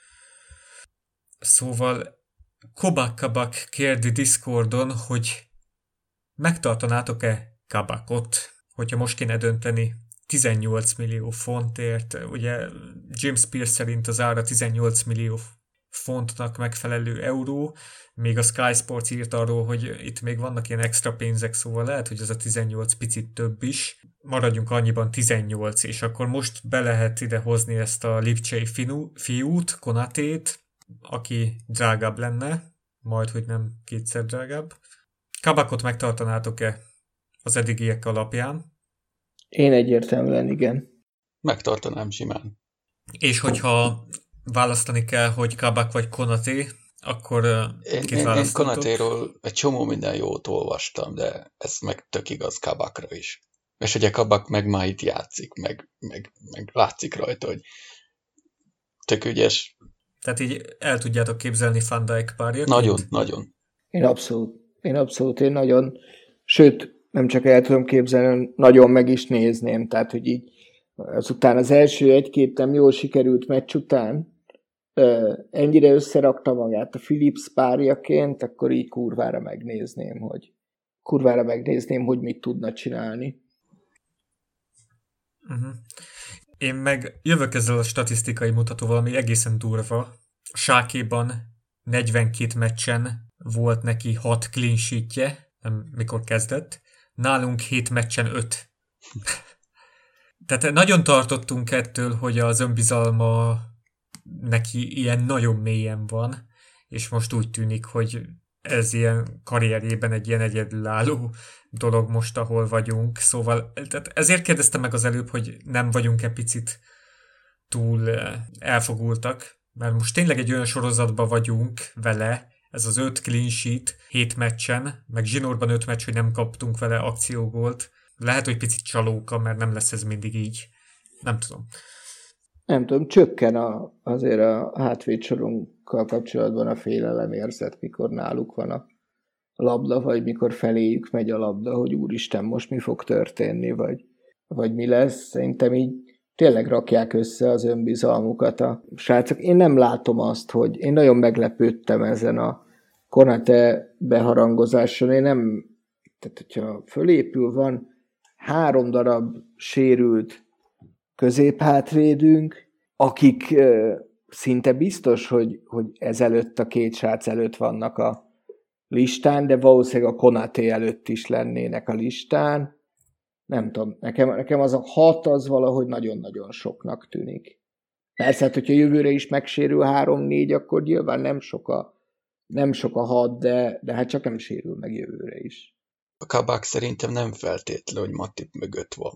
Szóval Kobak Kabak kérdi Discordon, hogy megtartanátok-e Kabakot, hogyha most kéne dönteni tizennyolc millió fontért. Ugye James Pierce szerint az ára tizennyolc millió fontnak megfelelő euró, még a Sky Sports írt arról, hogy itt még vannak ilyen extra pénzek, szóval lehet, hogy az a tizennyolc picit több is. Maradjunk annyiban tizennyolc, és akkor most be lehet ide hozni ezt a Lipcsei fiút, Konatét, aki drágább lenne, majd, hogy nem kétszer drágább. Kabakot megtartanátok-e az eddigiek alapján? Én egyértelműen igen. Megtartanám simán. És hogyha választani kell, hogy Kabak vagy Konaté, akkor én, kit én, választatok? Én Konatéról egy csomó minden jót olvastam, de ez meg tök igaz Kabakra is. És ugye Kabak meg már itt játszik, meg, meg, meg látszik rajta, hogy tök ügyes. Tehát így el tudjátok képzelni Van Dijk párjaként? Nagyon, nagyon. Én abszolút, én abszolút, én nagyon, sőt, nem csak el tudom képzelni, nagyon meg is nézném, tehát, hogy így azután az első egy-két nem jól sikerült meccs után ennyire összerakta magát a Philips párjaként, akkor így kurvára megnézném, hogy kurvára megnézném, hogy mit tudna csinálni. Uh-huh. Én meg jövök ezzel a statisztikai mutatóval, ami egészen durva. Sákéban negyvenkét meccsen volt neki hat clean sheetje, nem mikor kezdett. Nálunk hét meccsen öt. Tehát nagyon tartottunk ettől, hogy az önbizalma neki ilyen nagyon mélyen van, és most úgy tűnik, hogy ez ilyen karrierjében egy ilyen egyedülálló dolog most, ahol vagyunk. Szóval tehát ezért kérdeztem meg az előbb, hogy nem vagyunk-e picit túl elfogultak, mert most tényleg egy olyan sorozatban vagyunk vele, ez az öt clean sheet, hét meccsen, meg zsinórban öt meccs, hogy nem kaptunk vele akciógólt. Lehet, hogy picit csalóka, mert nem lesz ez mindig így. Nem tudom. Nem tudom, csökken a, azért a hátvédsorunkkal kapcsolatban a félelemérzet, mikor náluk van a labda, vagy mikor feléjük megy a labda, hogy úristen, most mi fog történni, vagy, vagy mi lesz. Szerintem így tényleg rakják össze az önbizalmukat a srácok. Én nem látom azt, hogy én nagyon meglepődtem ezen a Konate beharangozáson. Én nem, tehát hogyha fölépül, van három darab sérült középhátvédünk, akik uh, szinte biztos, hogy, hogy ezelőtt a két srác előtt vannak a listán, de valószínűleg a Konaté előtt is lennének a listán. Nem tudom, nekem, nekem az a hat az valahogy nagyon-nagyon soknak tűnik. Persze, hát, hogyha jövőre is megsérül három-négy, akkor nyilván nem sok a, nem sok a hat, de, de hát csak nem sérül meg jövőre is. A Kabak szerintem nem feltétlen, hogy Matip mögött van.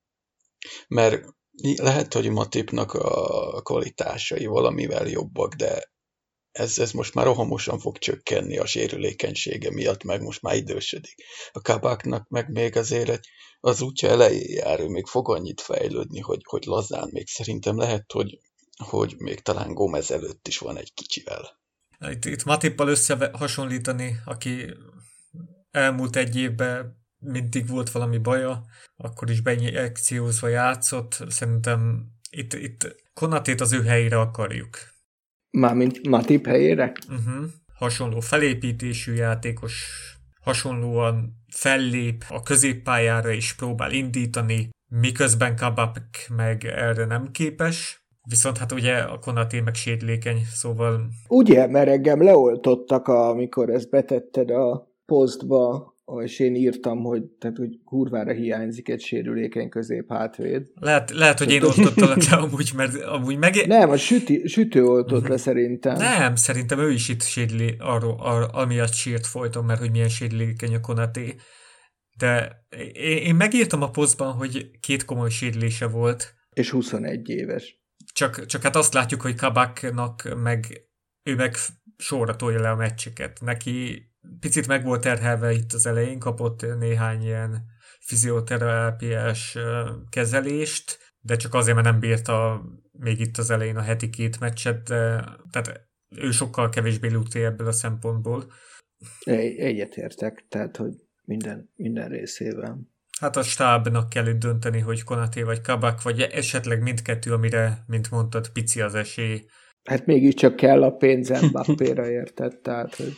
Mert lehet, hogy Matipnak a kvalitásai valamivel jobbak, de ez, ez most már rohamosan fog csökkenni a sérülékenysége miatt, meg most már idősödik. A Kabaknak meg még azért egy, az útja elején jár, ő még fog annyit fejlődni, hogy, hogy lazán még szerintem lehet, hogy, hogy még talán Gomez előtt is van egy kicsivel. Itt, itt Matippal összehasonlítani, aki elmúlt egy évben mindig volt valami baja, akkor is beinjekciózva játszott, szerintem itt, itt Konatét az ő helyére akarjuk. Mármint Matip helyére? Uh-huh. Hasonló felépítésű játékos, hasonlóan fellép a középpályára is próbál indítani, miközben Kabak meg erre nem képes, viszont hát ugye a Konaté meg sérülékeny, szóval... Ugye, mert engem leoltottak, amikor ezt betetted a posztba, és én írtam, hogy, tehát, hogy kurvára hiányzik egy sérülékeny középhátvéd. Lehet, lehet hogy én oltottalak le amúgy, mert amúgy meg... Nem, a süti, sütő oltott le szerintem. Nem, szerintem ő is itt sérülé, arról, ar, amiatt sírt folyton, mert hogy milyen sérülékeny a Konaté. De én, én megírtam a posztban, hogy két komoly sérülése volt. És huszonegy éves. Csak, csak hát azt látjuk, hogy Kabaknak meg ő meg sorra tolja le a meccseket. Neki picit meg volt terhelve itt az elején, kapott néhány ilyen fizioterápiás kezelést, de csak azért, mert nem bírta még itt az elején a heti két meccset, de, tehát ő sokkal kevésbé lúgté ebből a szempontból. Egyetértek, tehát, hogy minden, minden részével. Hát a stábnak kell itt dönteni, hogy Konaté vagy Kabak, vagy esetleg mindkettő, amire, mint mondtad, pici az esély. Hát mégiscsak kell a pénz Mbappéra, érted? Tehát, hogy...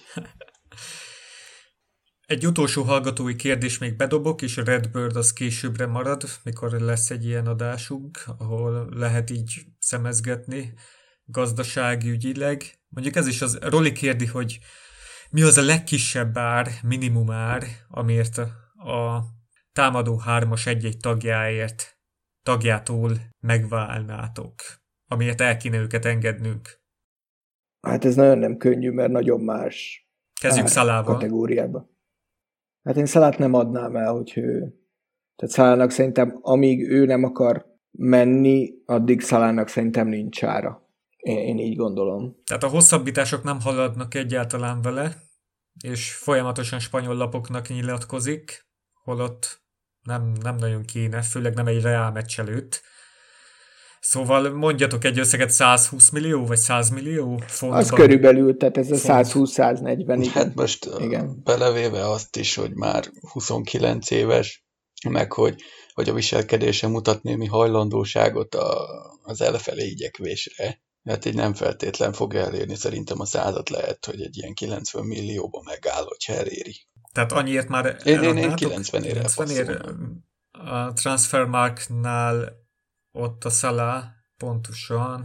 Egy utolsó hallgatói kérdés még bedobok, és a Redbird az későbbre marad, mikor lesz egy ilyen adásunk, ahol lehet így szemezgetni gazdasági ügyileg. Mondjuk ez is az, Roli kérdi, hogy mi az a legkisebb ár, minimum ár, amiért a, a támadó hármas egy-egy tagjáért, tagjától megválnátok, amiért el kéne őket engednünk. Hát ez nagyon nem könnyű, mert nagyon más Kezdjük Szalával. Kategóriába. Hát én Szalát nem adnám el, hogy ő... Tehát Szalának szerintem, amíg ő nem akar menni, addig Szalának szerintem nincs ára. Én, én így gondolom. Tehát a hosszabbítások nem haladnak egyáltalán vele, és folyamatosan spanyol lapoknak nyilatkozik, holott nem, nem nagyon kéne, főleg nem egy Real meccs előtt. Szóval mondjatok egy összeget, százhúsz millió, vagy száz millió fontban? Az körülbelül, tehát ez a százhúsz-száznegyven, igen. Hát most igen. Belevéve azt is, hogy már huszonkilenc éves, meg hogy, hogy a viselkedése mutat némi hajlandóságot a, az elfelé igyekvésre. Hát így nem feltétlen fog elérni, szerintem a százat lehet, hogy egy ilyen kilencven millióba megáll, hogyha eléri. Tehát annyiért már én, én, én kilencvenére kilencvenért a Transfermarktnál ott a Salah pontosan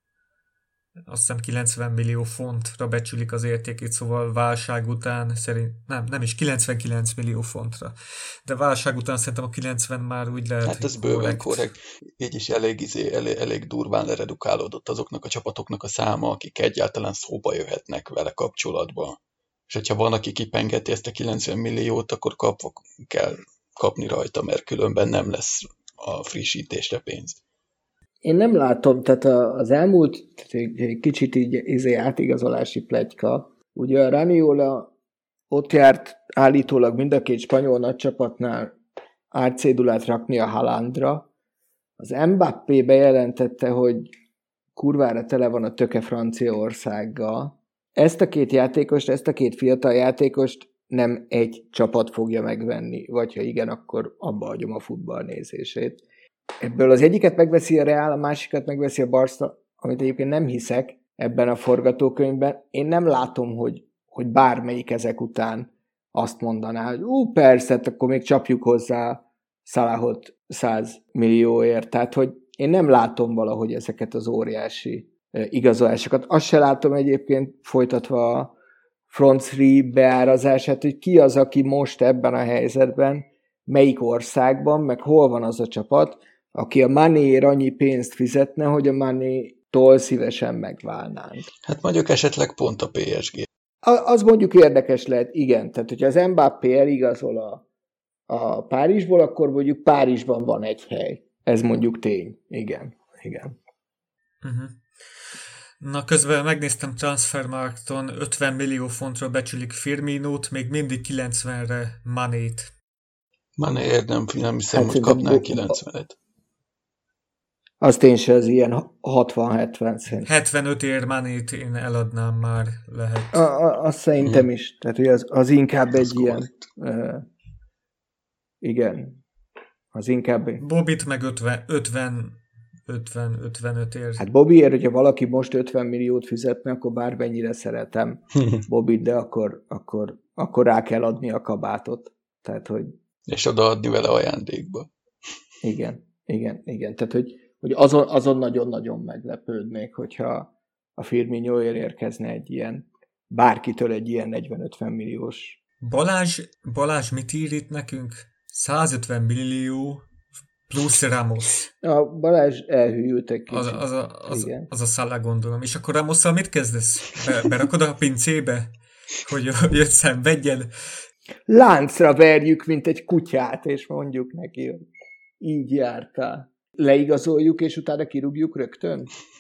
azt hiszem kilencven millió fontra becsülik az értékét, szóval válság után szerint, nem, nem is kilencvenkilenc millió fontra, de válság után szerintem a kilencven már úgy lehet, hát ez bőven korrekt. Így is elég, izé, elég, elég durván leredukálódott azoknak a csapatoknak a száma, akik egyáltalán szóba jöhetnek vele kapcsolatban. És hogyha van, aki kipengeti ezt a kilencven milliót, akkor kapva kell kapni rajta, mert különben nem lesz a frissítésre pénz. Én nem látom, tehát az elmúlt egy kicsit így izé átigazolási pletyka. Ugye a Raniola ott járt állítólag mind a két spanyol nagycsapatnál árcédulát rakni a Haalandra. Az Mbappé bejelentette, hogy kurvára tele van a töke Franciaországgal. Ezt a két játékost, ezt a két fiatal játékost nem egy csapat fogja megvenni, vagy ha igen, akkor abba hagyom a futballnézését. Ebből az egyiket megveszi a Real, a másikat megveszi a Barca, amit egyébként nem hiszek ebben a forgatókönyvben. Én nem látom, hogy, hogy bármelyik ezek után azt mondaná, hogy ú, persze, hát akkor még csapjuk hozzá Salahot száz millióért. Tehát, hogy én nem látom valahogy ezeket az óriási igazolásokat. Azt se látom egyébként folytatva a front three beárazását, hogy ki az, aki most ebben a helyzetben, melyik országban, meg hol van az a csapat, aki a Manéért annyi pénzt fizetne, hogy a Manétól szívesen megválnánk. Hát mondjuk esetleg pont a pé es gé. Az mondjuk érdekes lehet, igen. Tehát, hogyha az Mbappé eligazol a, a Párizsból, akkor mondjuk Párizsban van egy hely. Ez mondjuk tény. Igen. Igen. Uh-huh. Na közben megnéztem Transfermarkton, ötven millió fontra becsülik Firminót, még mindig kilencvenre Manét. Manéért nem, nem hiszem, Hát hogy szerintem kapnánk bo- kilencvenet. Azt én se, az ilyen hatvan-hetven cent. hetvenöt ér Manét én eladnám már, lehet. A, a, azt szerintem Mhm. is. Tehát, hogy az, az inkább Az egy ilyen... korrekt. Uh, igen. Az inkább... Bobit meg ötven, ötven, ötven, ötvenöt ér. Hát Bobbyért, hogyha valaki most ötven milliót fizetne, akkor bármennyire szeretem Bobbyt, de akkor, akkor, akkor rá kell adni a kabátot. Tehát, hogy És odaadni vele ajándékba. igen, igen, igen. Tehát, hogy, hogy azon, azon nagyon-nagyon meglepődnék, hogyha a Firminoért érkezne egy ilyen, bárkitől egy ilyen negyven-ötven milliós. Balázs, Balázs mit ír itt nekünk? százötven millió plusz Ramos. A Balázs elhűlt egy kicsit. Az, az, a, az, Igen. az a Salah gondolom. És akkor Ramosszal mit kezdesz? Be, berakod a pincébe? Hogy jött szenvedjen? Láncra verjük, mint egy kutyát, és mondjuk neki, hogy így jártál. Leigazoljuk, és utána kirúgjuk rögtön?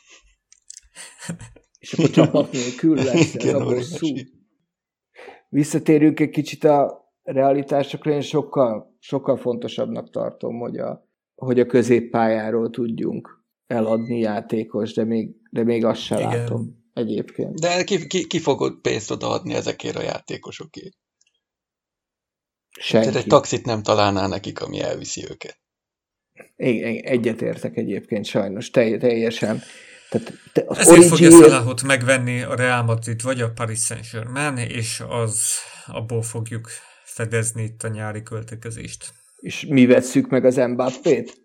És akkor csapat nélkül lesz ez Igen, a bosszú. óriási. Visszatérünk egy kicsit a realitásokra, én sokkal, sokkal fontosabbnak tartom, hogy a, hogy a középpályáról tudjunk eladni játékos, de még, de még azt sem Igen. látom egyébként. De ki, ki, ki fogod pénzt odaadni ezekért a játékosokért? Tehát egy Senki. taxit nem találná nekik, ami elviszi őket. Én egyetértek egyébként sajnos, telj, teljesen. Tehát te, az Ezért fogja Origi-ért- Salahot megvenni a Real Madrid vagy a Paris Saint-Germain, és az abból fogjuk fedezni itt a nyári költekezést. és mi vesszük meg az Mbappét?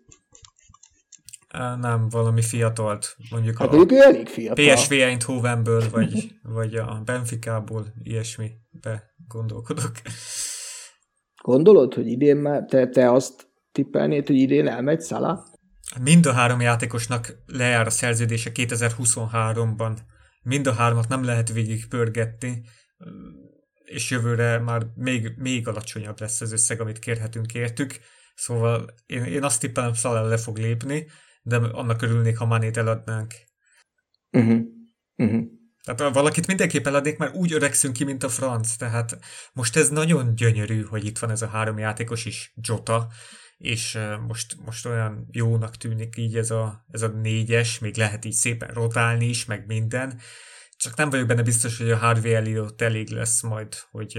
Á, nem, valami fiatalt, mondjuk Hát a mondjuk ő elég fiatal. pé es vé Eindhovenből, vagy, vagy a Benficából, ilyesmibe gondolkodok. Gondolod, hogy idén már te, te azt tippelnéd, hogy idén elmegy Salah? Mind a három játékosnak lejár a szerződése kétezer-huszonháromban. Mind a hármat nem lehet végig pörgetni, és jövőre már még, még alacsonyabb lesz az összeg, amit kérhetünk értük. Szóval én, én azt tippelem, Salah le fog lépni, de annak örülnék, ha Manét eladnánk. Uh-huh. Uh-huh. Tehát valakit mindenképp eladnék, mert úgy öregszünk ki, mint a franc. Tehát most ez nagyon gyönyörű, hogy itt van ez a három játékos is, Jota, és most, most olyan jónak tűnik így ez a, ez a négyes, még lehet így szépen rotálni is, meg minden. Csak nem vagyok benne biztos, hogy a Harvey Elliott elég lesz majd, hogy,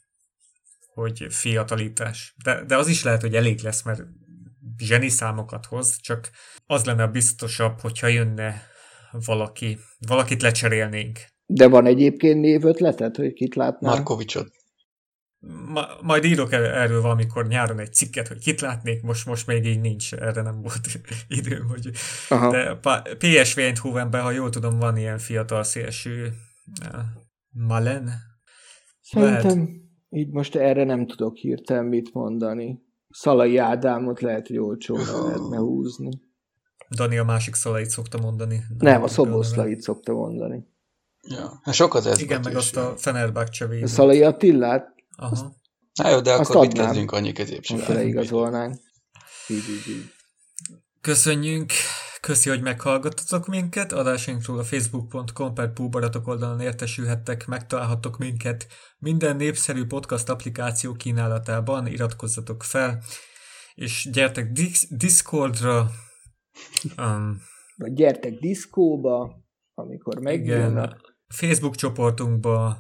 hogy fiatalítás. De, de az is lehet, hogy elég lesz, mert zseni számokat hoz, csak az lenne biztosabb, hogyha jönne valaki, valakit lecserélnénk. De van egyébként névötleted, hogy kit látnál? Markovicsot. Ma, majd írok erről valamikor nyáron egy cikket, hogy kit látnék, most, most még így nincs, erre nem volt időm. Hogy... De pé es vé Eindhovenben, ha jól tudom, van ilyen fiatal szélső uh, Malen. Szerintem lehet. Így most erre nem tudok hirtelen mit mondani. Szalai Ádámot lehet, hogy olcsóra lehetne húzni. Dani a másik Szalait szokta mondani. Nem, nem a Szoboszlait szokta mondani. Ja, hát sok az ez. Igen, meg azt a Fenerbahce védőt. A Szalai Attillát? Aha. Na jó, de azt akkor mit adnám, kezdünk annyi középsővel? amikor leigazolnánk. Így, így, így. Köszönjünk, köszi, hogy meghallgattatok minket. Adásainkról a facebook pont com per Púbaratok oldalon értesülhettek, megtalálhattok minket minden népszerű podcast applikáció kínálatában, iratkozzatok fel, és gyertek Discordra. Um, Vagy gyertek diszkóba, amikor megjönnek. Facebook csoportunkba,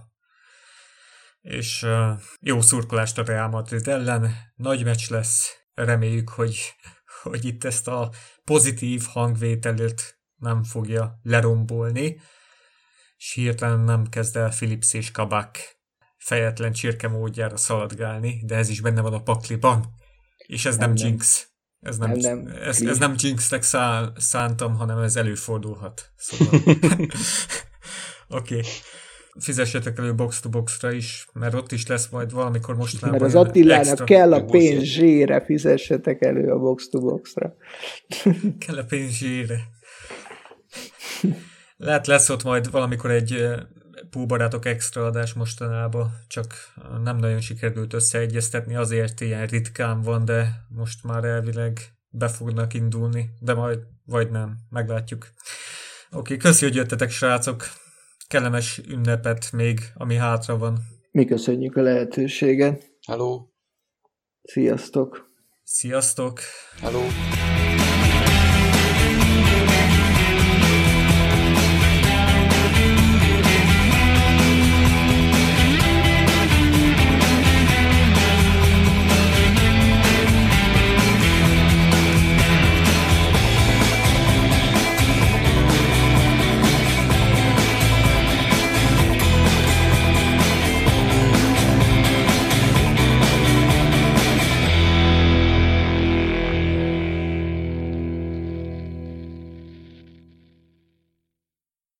és uh, jó szurkolást a Real Madrid ellen. Nagy meccs lesz, reméljük, hogy, hogy itt ezt a pozitív hangvételét nem fogja lerombolni, és hirtelen nem kezd el Philips és Kabak fejetlen csirke módjára szaladgálni, de ez is benne van a pakliban, és ez nem, nem jinx. Ez nem, nem, nem, ez, ez nem jinxnek szá, szántam, hanem ez előfordulhat. Szóval. Oké. Okay. Fizessetek elő box-to-boxra is, mert ott is lesz majd valamikor mostanában. Mert az Attilának kell a pénz zsére, fizessetek elő a box-to-boxra. Kell a pénz zsére. Lehet lesz ott majd valamikor egy Púbarátok extra adás mostanában, csak nem nagyon sikerült összeegyeztetni, azért ilyen ritkán van, de most már elvileg be fognak indulni, de majd vagy nem, meglátjuk. okay, köszi, hogy jöttetek, srácok. Kellemes ünnepet még, ami hátra van. Mi köszönjük a lehetőséget. Hello. Sziasztok. Sziasztok. Hello.